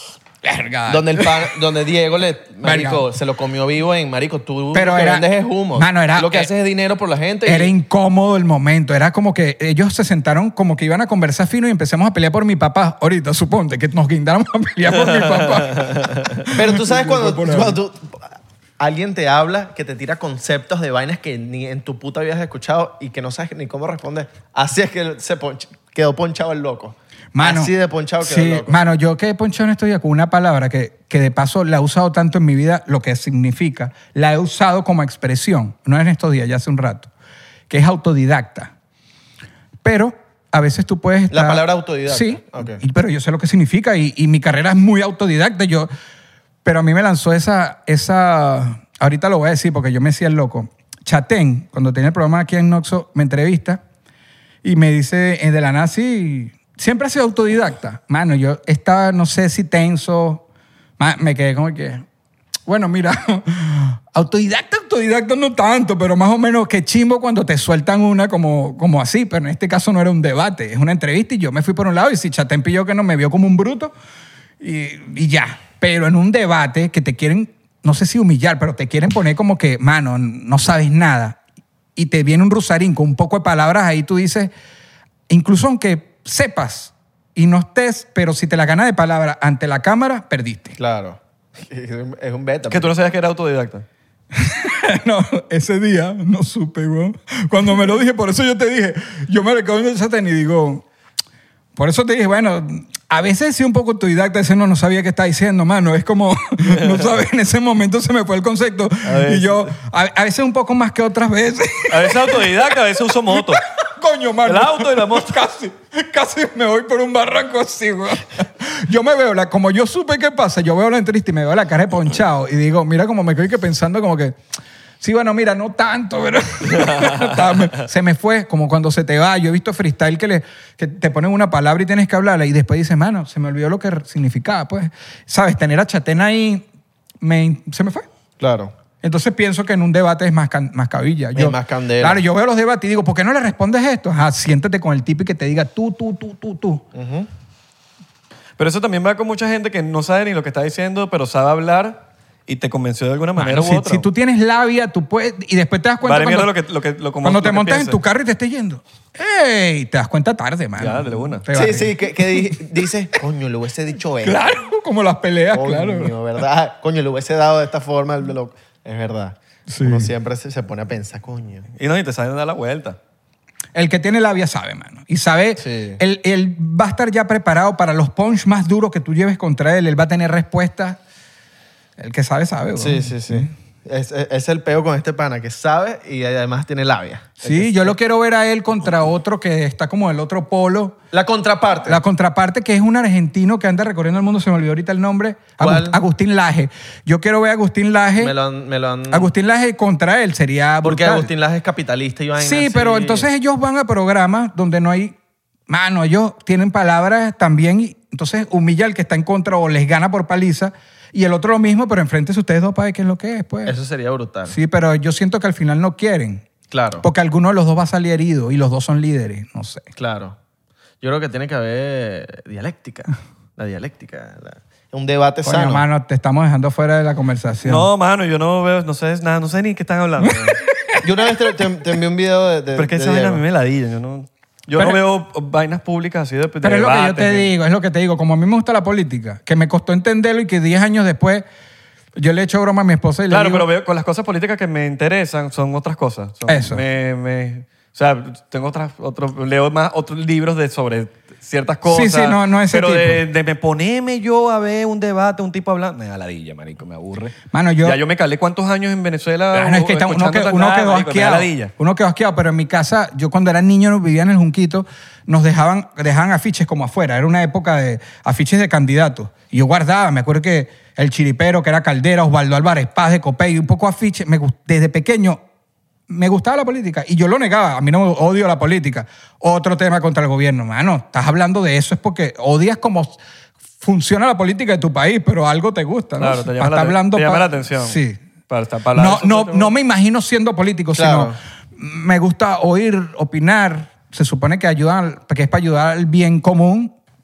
Verga. Donde, el pan, donde Diego le, marico, Verga. se lo comió vivo en, marico, tú Pero lo que era- vendes es humo. Mano, era- Lo que eh, haces es dinero por la gente. y- Era incómodo el momento. Era como que ellos se sentaron como que iban a conversar fino y empezamos a pelear por mi papá. Ahorita, suponte que nos guindáramos a pelear por mi papá. Pero tú sabes cuando, Por ahí. cuando tú- alguien te habla que te tira conceptos de vainas que ni en tu puta vida has escuchado y que no sabes ni cómo responder. Así es que se ponch- quedó ponchado el loco. Mano, Así de ponchado quedó sí, el loco. mano, yo que he ponchado en estos días con una palabra que, que de paso la he usado tanto en mi vida, lo que significa, la he usado como expresión, no en estos días, ya hace un rato, que es autodidacta. Pero a veces tú puedes estar... La palabra autodidacta. Sí, Ok. y- pero yo sé lo que significa y, y mi carrera es muy autodidacta. Yo, pero a mí me lanzó esa, esa... Ahorita lo voy a decir porque yo me decía el loco. Chatén, cuando tenía el programa aquí en Noxo, me entrevista y me dice eh, de la nada, sí, siempre ha sido autodidacta. Mano, yo estaba, no sé si tenso, ma- me quedé como que, bueno, mira, autodidacta, autodidacta no tanto, pero más o menos que chimbo cuando te sueltan una como, como así, pero en este caso no era un debate, es una entrevista y yo me fui por un lado y si Chatén pilló que no me vio como un bruto y, y ya. Pero en un debate que te quieren, no sé si humillar, pero te quieren poner como que, mano, no sabes nada y te viene un rusarín con un poco de palabras, ahí tú dices, incluso aunque sepas y no estés, pero si te la ganas de palabra ante la cámara, perdiste. Claro. Es un- es un beta. Que tú no sabías que era autodidacta. No, ese día no supe, bro. Cuando me lo dije, por eso yo te dije, yo me recuerdo en el Chatén y digo, por eso te dije, bueno, a veces sí un poco autodidacta, ese no, no sabía qué está diciendo, mano. Es como, no sabes, en ese momento se me fue el concepto. A veces. Y yo, a, a veces un poco más que otras veces. A veces autodidacta, a veces uso moto. Coño, mano. El auto y la moto. Casi, casi me voy por un barranco así, güey. Yo me veo, la, como yo supe qué pasa, yo veo la entrevista y me veo la cara de ponchado y digo, mira como me quedo que pensando como que, sí, bueno, mira, no tanto, pero Estaba- me- se me fue, como cuando se te va. Yo he visto freestyle que, le, que te ponen una palabra y tienes que hablarla y después dices, mano, se me olvidó lo que significaba, pues. ¿Sabes? Tener a Chatén ahí, me, se me fue. Claro. Entonces pienso que en un debate es más, can- más cabilla. Es más candela. Claro, yo veo los debates y digo, ¿por qué no le respondes esto? Ajá, siéntate con el tipo y que te diga tú, tú, tú, tú, tú. Pero eso también va con mucha gente que no sabe ni lo que está diciendo, pero sabe hablar y te convenció de alguna manera Mano, u si, otra. si tú tienes labia, tú puedes... Y después te das cuenta Vale cuando, mierda lo que, lo que, lo, como, cuando lo te que montas en pienses. tu carro y te estés yendo. ¡Ey! Te das cuenta tarde, mano. Ya, de una. Te Sí, vas. sí, que, que di- dices, coño, le hubiese dicho eso. Claro, como las peleas, Coño, claro. ¿verdad? Coño, le hubiese dado de esta forma. el- lo- Es verdad. Sí. Uno siempre se, se pone a pensar, coño. Y no, y te saben dar la vuelta. El que tiene labia sabe, mano. Y sabe, Sí. él, él va a estar ya preparado para los punch más duros que tú lleves contra él. Él va a tener respuestas. El que sabe, sabe. bro. Sí, sí, sí. Es, es, es el peo con este pana que sabe y además tiene labia. Sí, yo lo quiero ver a él contra otro que está como el otro polo. La contraparte. La contraparte, que es un argentino que anda recorriendo el mundo, se me olvidó ahorita el nombre. ¿Cuál? Agust- Agustín Laje. Yo quiero ver a Agustín Laje. Me lo han... Me lo han Agustín Laje contra él sería porque brutal. Agustín Laje es capitalista y vaina Sí, así. pero entonces ellos van a programas donde no hay... Mano, ellos tienen palabras también y entonces humilla al que está en contra o les gana por paliza y el otro lo mismo, pero enfréntese ustedes dos para ver qué es lo que es, pues. Eso sería brutal. Sí, pero yo siento que al final no quieren. Claro. Porque alguno de los dos va a salir herido y los dos son líderes, no sé. Claro. Yo creo que tiene que haber dialéctica. La dialéctica. la- Un debate Coño, sano. mano, te estamos dejando fuera de la conversación. No, mano, yo no veo, no sé nada, no sé ni qué están hablando. Yo una vez te, te- te envié un video de, de, Pero es que de esa vaina a Diego. mí me ladilla. Yo no, yo Pero- no veo vainas públicas así de, de Pero es lo que yo debate, te ni- digo, es lo que te digo. Como a mí me gusta la política, que me costó entenderlo y que diez años después yo le echo broma a mi esposa y le Claro, digo... pero veo, con las cosas políticas que me interesan son otras cosas. Son- Eso. Me, me- o sea, tengo otras, otros, leo más otros libros de sobre ciertas cosas. Sí, sí, no, no ese Pero tipo. de, de me ponerme yo a ver un debate, un tipo hablando, me da ladilla, marico, me aburre. Mano, yo- Ya yo me calé cuántos años en Venezuela. Claro, es que está- uno, escuchando que- esta uno nada, quedó marico, me da asqueado. ladilla. Uno quedó asqueado, pero en mi casa, yo cuando era niño vivía en el Junquito, nos dejaban, dejaban afiches como afuera. Era una época de afiches de candidatos. Y yo guardaba, me acuerdo que el chiripero, que era Caldera, Osvaldo Álvarez Paz de Copey, un poco afiches. Me, gust- desde pequeño me gustaba la política y yo lo negaba. A mí no me odio la política. Otro tema contra el gobierno. Mano, estás hablando de eso es porque odias cómo funciona la política de tu país, pero algo te gusta, ¿no? Claro, te llama, Para la, estar te- hablando te llama pa- la atención. Sí. Para estar para hablar No, de eso, no, te- no me imagino siendo político, Claro. sino me gusta oír, opinar. Se supone que, ayudan, que es para ayudar al bien común,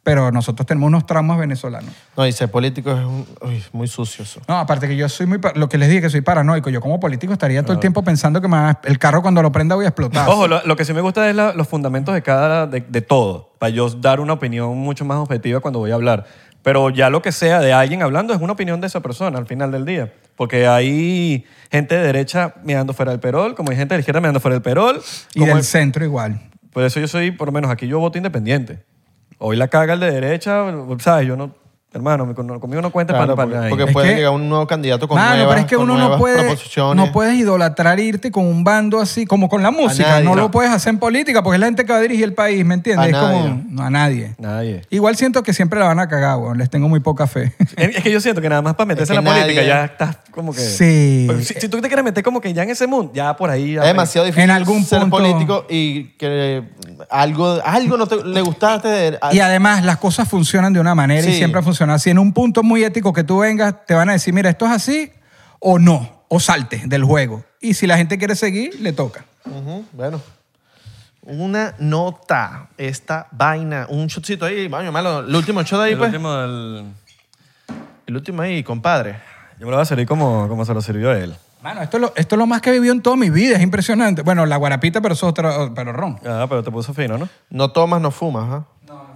pero nosotros tenemos unos traumas venezolanos. No, y ser político es un- uy, muy sucio eso. No, aparte que yo soy muy... pa- Lo que les dije, que soy paranoico. Yo como político estaría todo el tiempo pensando que me va a- el carro cuando lo prenda voy a explotar. Ojo, lo, lo que sí me gusta es la- los fundamentos de cada, de, de todo, para yo dar una opinión mucho más objetiva cuando voy a hablar. Pero ya lo que sea de alguien hablando es una opinión de esa persona al final del día. Porque hay gente de derecha mirando fuera del perol, como hay gente de la izquierda mirando fuera del perol. Y como del hay- centro igual. Por eso yo soy, por lo menos aquí yo voto independiente. Hoy la caga el de derecha, ¿sabes? Yo no... Hermano, conmigo no cuentes Claro, para, porque, para porque Es puede que- llegar un nuevo candidato con Mano, nuevas, pero es que con uno no nuevas puede, proposiciones. no puedes idolatrar irte con un bando así, como con la música. nadie, no, no. lo puedes hacer en política porque es la gente que va a dirigir el país, ¿me entiendes? A es nadie. como no, a nadie. Nadie. Igual siento que siempre la van a cagar, weón. Les tengo muy poca fe. Es es que yo siento que nada más para meterse Es en que la política nadie- ya estás como que... Sí. Pero Si, si tú te quieres meter como que ya en ese mundo, ya por ahí... Ya Es demasiado difícil En algún ser punto- político y que algo, algo no te, le gustaste. De, Y además las cosas funcionan de una manera y Sí. siempre han funcionado así. En un punto muy ético que tú vengas, te van a decir, mira, esto es así o no, o salte del juego. Y si la gente quiere seguir, le toca. Ujú, bueno. Una nota, esta vaina, un shotcito ahí, baño malo. El último shot ahí, El pues. último del... El último ahí, compadre. Yo me lo voy a servir como, como se lo sirvió a él. Mano, esto es, lo, esto es lo más que he vivido en toda mi vida. Es impresionante. Bueno, la guarapita, pero eso es otro, pero ron. Ah, pero te puso fino, ¿no? No tomas, no fumas, ¿ah?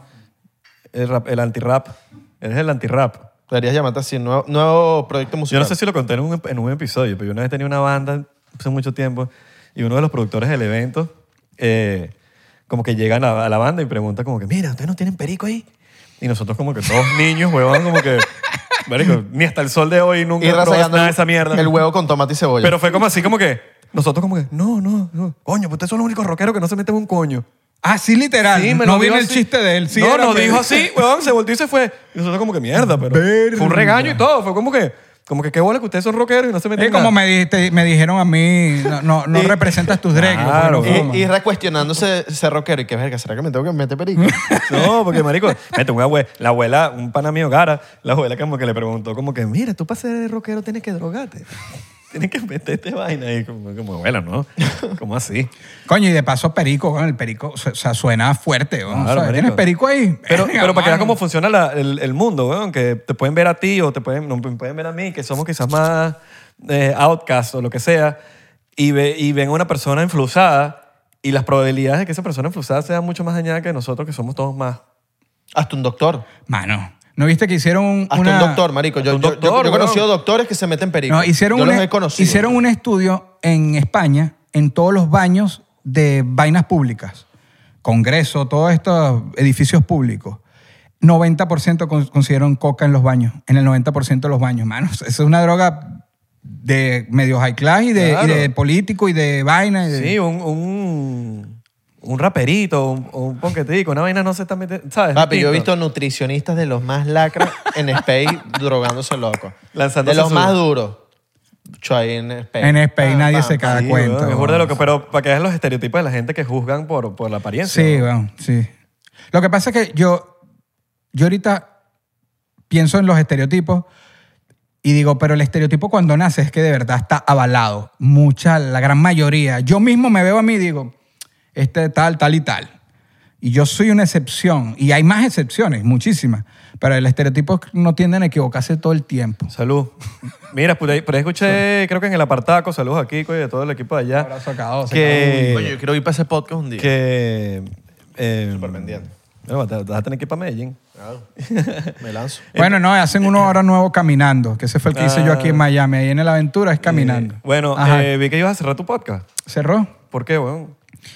El, rap- el anti-rap. Eres el anti-rap. Deberías llamarte así, nuevo, nuevo proyecto Yo musical. no sé si lo conté en un, en un episodio, pero yo una vez tenía una banda hace mucho tiempo y uno de los productores del evento eh, como que llega a la, a la banda y pregunta como que, mira, ¿ustedes no tienen perico ahí? Y nosotros como que todos niños, huevón, como que, marico, ni hasta el sol de hoy nunca Y he probado rasagando nada de el, esa mierda. el huevo con tomate y cebolla. Pero fue como así, como que, nosotros como que, no, no, no, coño, pues ustedes son los únicos rockeros que no se meten un coño. Ah, sí, literal. Sí, me no lo viene dijo el así. chiste de él. Sí no, era nos que- dijo así, weón, se volteó y se fue. Y nosotros como que mierda, pero Verga. fue un regaño y todo. Fue como que, como que qué bola que ustedes son rockeros y no se meten Es como nada. me, dijiste- me dijeron a mí, no, no, no Y- representas tus dregs. Claro, porque no fumas. y, y recuestionándose ese rockero. ¿Y qué verga? ¿Será que me tengo que meter perico? No, porque marico, mete una abue- la abuela, un pana mío, Gara, la abuela como que le preguntó como que, mira, tú para ser rockero tienes que drogarte. Tienes que meterte vaina. Y como, como abuela, ¿no? ¿Cómo así? Coño, y de paso perico, bueno, el perico, o sea, suena fuerte. ¿no? Claro, O sea, marico. ¿tienes perico ahí? Pero, Verga, pero para que veas mano. cómo funciona la- el, el mundo, weón, que te pueden ver a ti o te pueden, no, pueden ver a mí, que somos quizás más eh, outcast o lo que sea, y, ve, y ven a una persona influsada y las probabilidades de que esa persona influsada sea mucho más dañada que nosotros, que somos todos más. Hasta un doctor. Mano, ¿no viste que hicieron un- Hasta una... un doctor, marico. Yo, Hasta un yo- doctor, yo- yo he weón. conocido doctores que se meten perico. No, hicieron, yo un, los he conocido. hicieron un estudio en España en todos los baños de vainas públicas, Congreso, todos estos edificios públicos. noventa por ciento con- consiguieron coca en los baños, en el noventa por ciento de los baños. Mano, esa es una droga de medio high class y de, Claro. y de político y de vaina. y de- Sí, un, un, un raperito, un, o un ponquetico, una vaina no se está metiendo, ¿sabes? Papi, yo he Distinto. visto nutricionistas de los más lacras en Space drogándose loco. Lanzándose De los su- más duros. Yo ahí en Space. En Space Ah, nadie pa, se pa. caga Sí, cuenta. weón, es weón. burda de loco, pero para que veas los estereotipos de la gente que juzgan por, por la apariencia. Sí, ¿no? bueno, sí. Lo que pasa es que yo, yo ahorita pienso en los estereotipos y digo, pero el estereotipo cuando nace es que de verdad está avalado. Mucha, la gran mayoría. Yo mismo me veo a mí y digo, este tal, tal y tal. Y yo soy una excepción. Y hay más excepciones, muchísimas. Pero el estereotipo no tienden a equivocarse todo el tiempo. Salud. Mira, por ahí, por ahí escuché, creo que en el apartaco, saludos a Kiko y de todo el equipo de allá. Un abrazo a cada dos, que, Coño, yo quiero ir para ese podcast un día. que eh, Súper pendiente. Bueno, te- te vas a tener que ir para Medellín. Claro. Me lanzo. Bueno, no, hacen uno ahora nuevo caminando, que ese fue el que hice yo aquí en Ah. Miami. Ahí en el Aventura es caminando. Eh, bueno, Ajá. eh, vi que ibas a cerrar tu podcast. ¿Cerró? ¿Por qué, weón?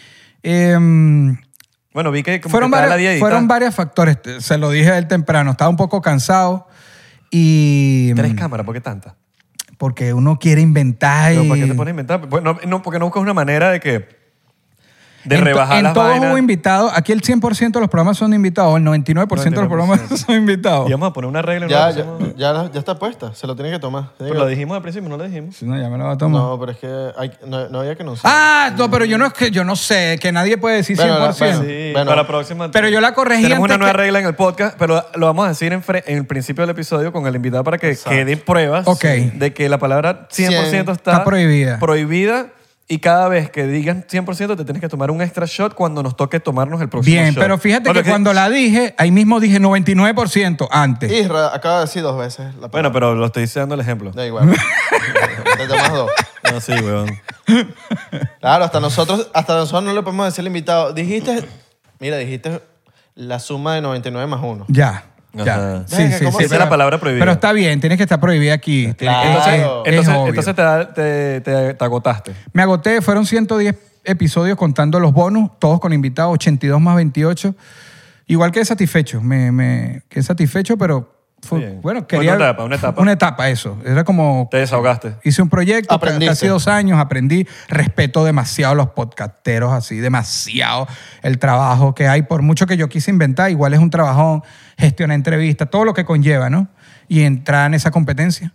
Em, Bueno, vi que como fueron, que te da la varios, diadita. fueron varios factores. Se lo dije a él temprano. Estaba un poco cansado y... Tres cámaras, ¿por qué tantas? Porque uno quiere inventar y... Pero, ¿para qué te pones a inventar? Pues no, no, porque no buscas una manera de que... De en to- rebajar en las todos vainas. hubo invitados. Aquí el cien por ciento de los programas son invitados. El noventa y nueve por ciento de los noventa y nueve por programas ciento. son invitados. Y vamos a poner una regla. en Ya, una ya, próxima- ya, ya está puesta. Se lo tiene que tomar. Tiene Pero que- lo dijimos al principio, no lo dijimos. Si no, ya me lo va a tomar. No, pero es que hay- no, no había que no sé. Ah, no, pero yo no es que yo no sé, que nadie puede decir Bueno, cien por ciento. bueno. Sí, Bueno. para la próxima. Pero yo la corregí Tenemos antes una nueva que- regla en el podcast, pero lo vamos a decir en, fre- en el principio del episodio con el invitado para que Exacto. queden pruebas Ok. de que la palabra cien por ciento Cien. está, Está prohibida. prohibida Y cada vez que digan cien por ciento te tienes que tomar un extra shot cuando nos toque tomarnos el próximo Bien, shot. pero fíjate Bueno, que cuando la dije, ahí mismo dije noventa y nueve por ciento antes. Isra acaba de decir dos veces la palabra. Bueno, pero lo estoy dando el ejemplo. Da igual. Te tomas dos. No, sí, weón. Claro, hasta nosotros, hasta nosotros no le podemos decir al invitado. Dijiste, mira, dijiste la suma de noventa y nueve más uno. Ya. Ajá. Ya. Sí, Venga, sí, ¿cómo sí. se- Esa es la palabra prohibida. Pero está bien, tienes que estar prohibida aquí. Claro. Es- es- Entonces- es Entonces, obvio. entonces te, da- te, te, te agotaste. Me agoté, fueron ciento diez episodios contando los bonus, todos con invitados, ochenta y dos más veintiocho. Igual que satisfecho, me, me quedé satisfecho, pero fue, Bien. bueno, Fue quería... una etapa, una etapa. Una etapa, eso. Era como... Te desahogaste. Hice un proyecto, Aprendiste. casi dos años, aprendí, respeto demasiado a los podcasteros, así, demasiado el trabajo que hay, por mucho que yo quise inventar, igual es un trabajón, gestionar entrevistas, todo lo que conlleva, ¿no? Y entrar en esa competencia.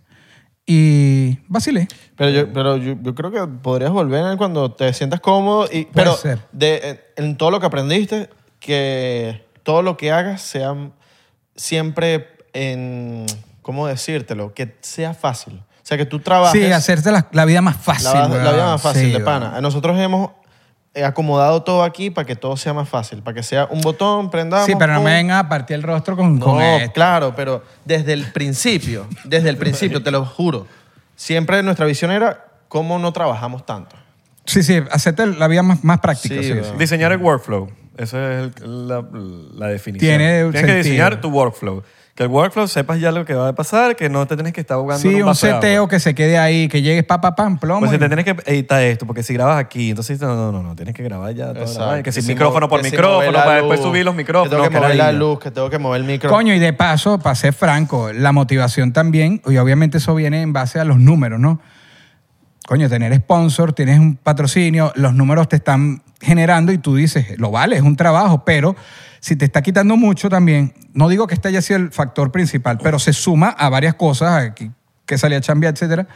Y vacilé. Pero yo, pero yo, yo creo que podrías volver cuando te sientas cómodo. Y, pero ser. De, en, en todo lo que aprendiste, que todo lo que hagas sea siempre en... ¿Cómo decírtelo? Que sea fácil. O sea, que tú trabajes... Sí, hacerte la, la vida más fácil. La, la weón. vida más fácil, Sí, de weón. pana. Nosotros hemos eh, acomodado todo aquí para que todo sea más fácil. Para que sea un botón, prendamos... Sí, pero no pum. me vengan a partir el rostro con, No, con esto. claro, pero desde el principio, desde el principio, te lo juro, siempre nuestra visión era cómo no trabajamos tanto. Sí, sí, hacerte la vida más, más práctica. Sí, Sí, weón. sí. Diseñar el workflow. Esa es el- la, la definición. Tiene Tienes que sentido. diseñar tu workflow. Que el workflow sepas ya lo que va a pasar, que no te tienes que estar ahogando en Sí, un un vaso de seteo agua. que se quede ahí, que llegues pa, pa, pam, plomo. Pues si y- te tienes que editar esto, porque si grabas aquí, entonces no, no, no, no, tienes que grabar ya toda la Exacto. vaina. Que si si micrófono mo- por que si micrófono, mover la para después luz, subir los Que micrófonos. tengo que mover la ladilla. luz, que tengo que mover el micro. Coño, y de paso, para ser franco, la motivación también, y obviamente eso viene en base a los números, ¿no? Coño, tener sponsor, tienes un patrocinio, los números te están generando y tú dices, lo vale, es un trabajo, pero si te está quitando mucho también, no digo que este haya sido el factor principal, pero se suma a varias cosas, aquí, que salía a chambear, etcétera.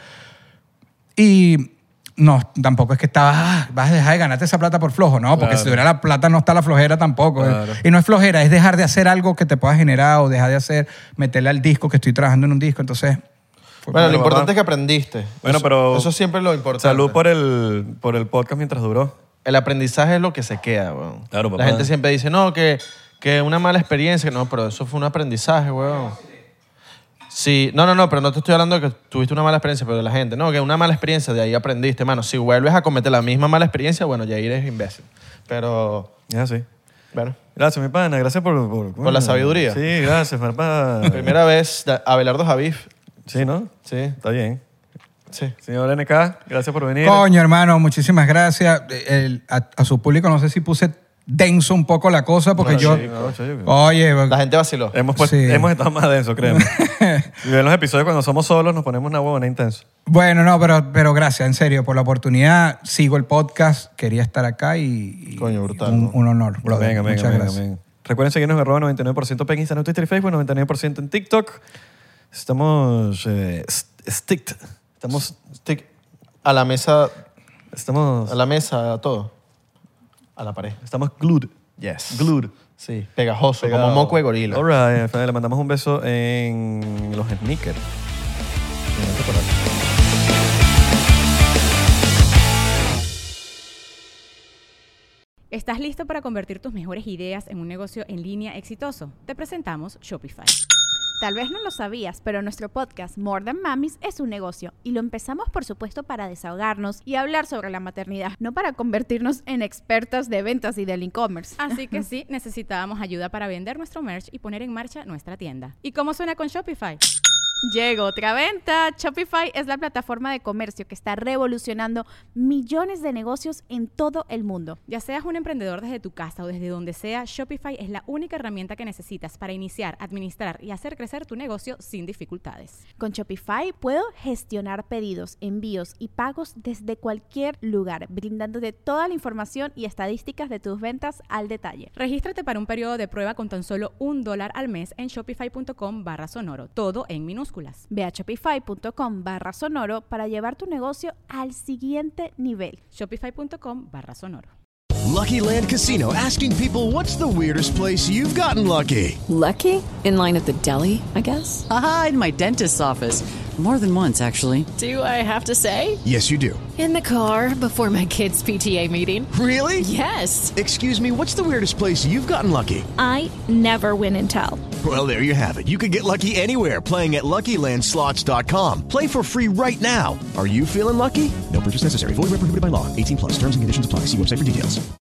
Y no, tampoco es que estabas, ah, vas a dejar de ganarte esa plata por flojo, no, porque Claro. si tuviera la plata no está la flojera tampoco. Claro. Y no es flojera, es dejar de hacer algo que te pueda generar o dejar de hacer, meterle al disco, que estoy trabajando en un disco, entonces... fue Bueno, lo Pero, importante papá. es que aprendiste. Bueno, Eso- pero- Eso siempre es lo importante. Salud por el, por el podcast mientras duró. El aprendizaje es lo que se queda, weón. Claro, papá. La gente siempre dice, no, que, que una mala experiencia. No, pero eso fue un aprendizaje, weón. Sí, no, no, no, pero no te estoy hablando de que tuviste una mala experiencia, pero de la gente. No, que una mala experiencia, de ahí aprendiste. Mano, si vuelves a cometer la misma mala experiencia, bueno, ya eres imbécil. Pero, Es así. bueno, Gracias, mi pana. Gracias por... Por, Por la sabiduría. Sí, gracias, papá. primera vez, da- Abelardo Javif. Sí, ¿no? Sí, Está bien. sí. Señor N K, gracias por venir. Coño, hermano, muchísimas gracias. El- a, a su público no sé si puse denso un poco la cosa porque No, yo... sí, No, chico. Oye, La gente vaciló. Hemos, puesto- Sí. hemos estado más densos, créeme. Y ven los episodios cuando somos solos nos ponemos una huevona intenso. bueno, no, pero, pero gracias, en serio, por la oportunidad. Sigo el podcast, quería estar acá y... y- Coño, brutal, Un, ¿no? un honor, brother. Venga, venga, Muchas venga, gracias. venga. Recuerden seguirnos en arroba noventa y nueve por ciento P en Instagram, Twitter y Facebook, noventa y nueve por ciento en TikTok. Estamos eh, st- sticked. Estamos... Stick a la mesa, Estamos... a la mesa, a todo. A la pared. Estamos glued. Yes. Glued. Sí, pegajoso, Pegado. como moco de gorila. All right, Fede, le mandamos un beso en los sneakers. En el chocolate. ¿Estás listo para convertir tus mejores ideas en un negocio en línea exitoso? Te presentamos Shopify. Tal vez no lo sabías, pero nuestro podcast More Than Mamis es un negocio y lo empezamos por supuesto para desahogarnos y hablar sobre la maternidad, no para convertirnos en expertas de ventas y del e-commerce. Así que sí, necesitábamos ayuda para vender nuestro merch y poner en marcha nuestra tienda. ¿Y cómo suena con Shopify? Llegó otra venta. Shopify es la plataforma de comercio que está revolucionando millones de negocios en todo el mundo. Ya seas un emprendedor desde tu casa o desde donde sea, Shopify es la única herramienta que necesitas para iniciar, administrar y hacer crecer tu negocio sin dificultades. Con Shopify puedo gestionar pedidos, envíos y pagos desde cualquier lugar, brindándote toda la información y estadísticas de tus ventas al detalle. Regístrate para un periodo de prueba con tan solo un dólar al mes en shopify.com barra sonoro, todo en minúsculas. Ve a shopify.com barra sonoro para llevar tu negocio al siguiente nivel. Shopify.com barra sonoro. Lucky Land Casino, asking people, what's the weirdest place you've gotten lucky? Lucky? In line at the deli, I guess? Aha, in my dentist's office. More than once, actually. Do I have to say? Yes, you do. In the car before my kids' P T A meeting. Really? Yes. Excuse me, what's the weirdest place you've gotten lucky? I never win and tell. Well, there you have it. You can get lucky anywhere, playing at Lucky Land Slots dot com. Play for free right now. Are you feeling lucky? No purchase necessary. Void where prohibited by law. eighteen plus. Terms and conditions apply. See website for details.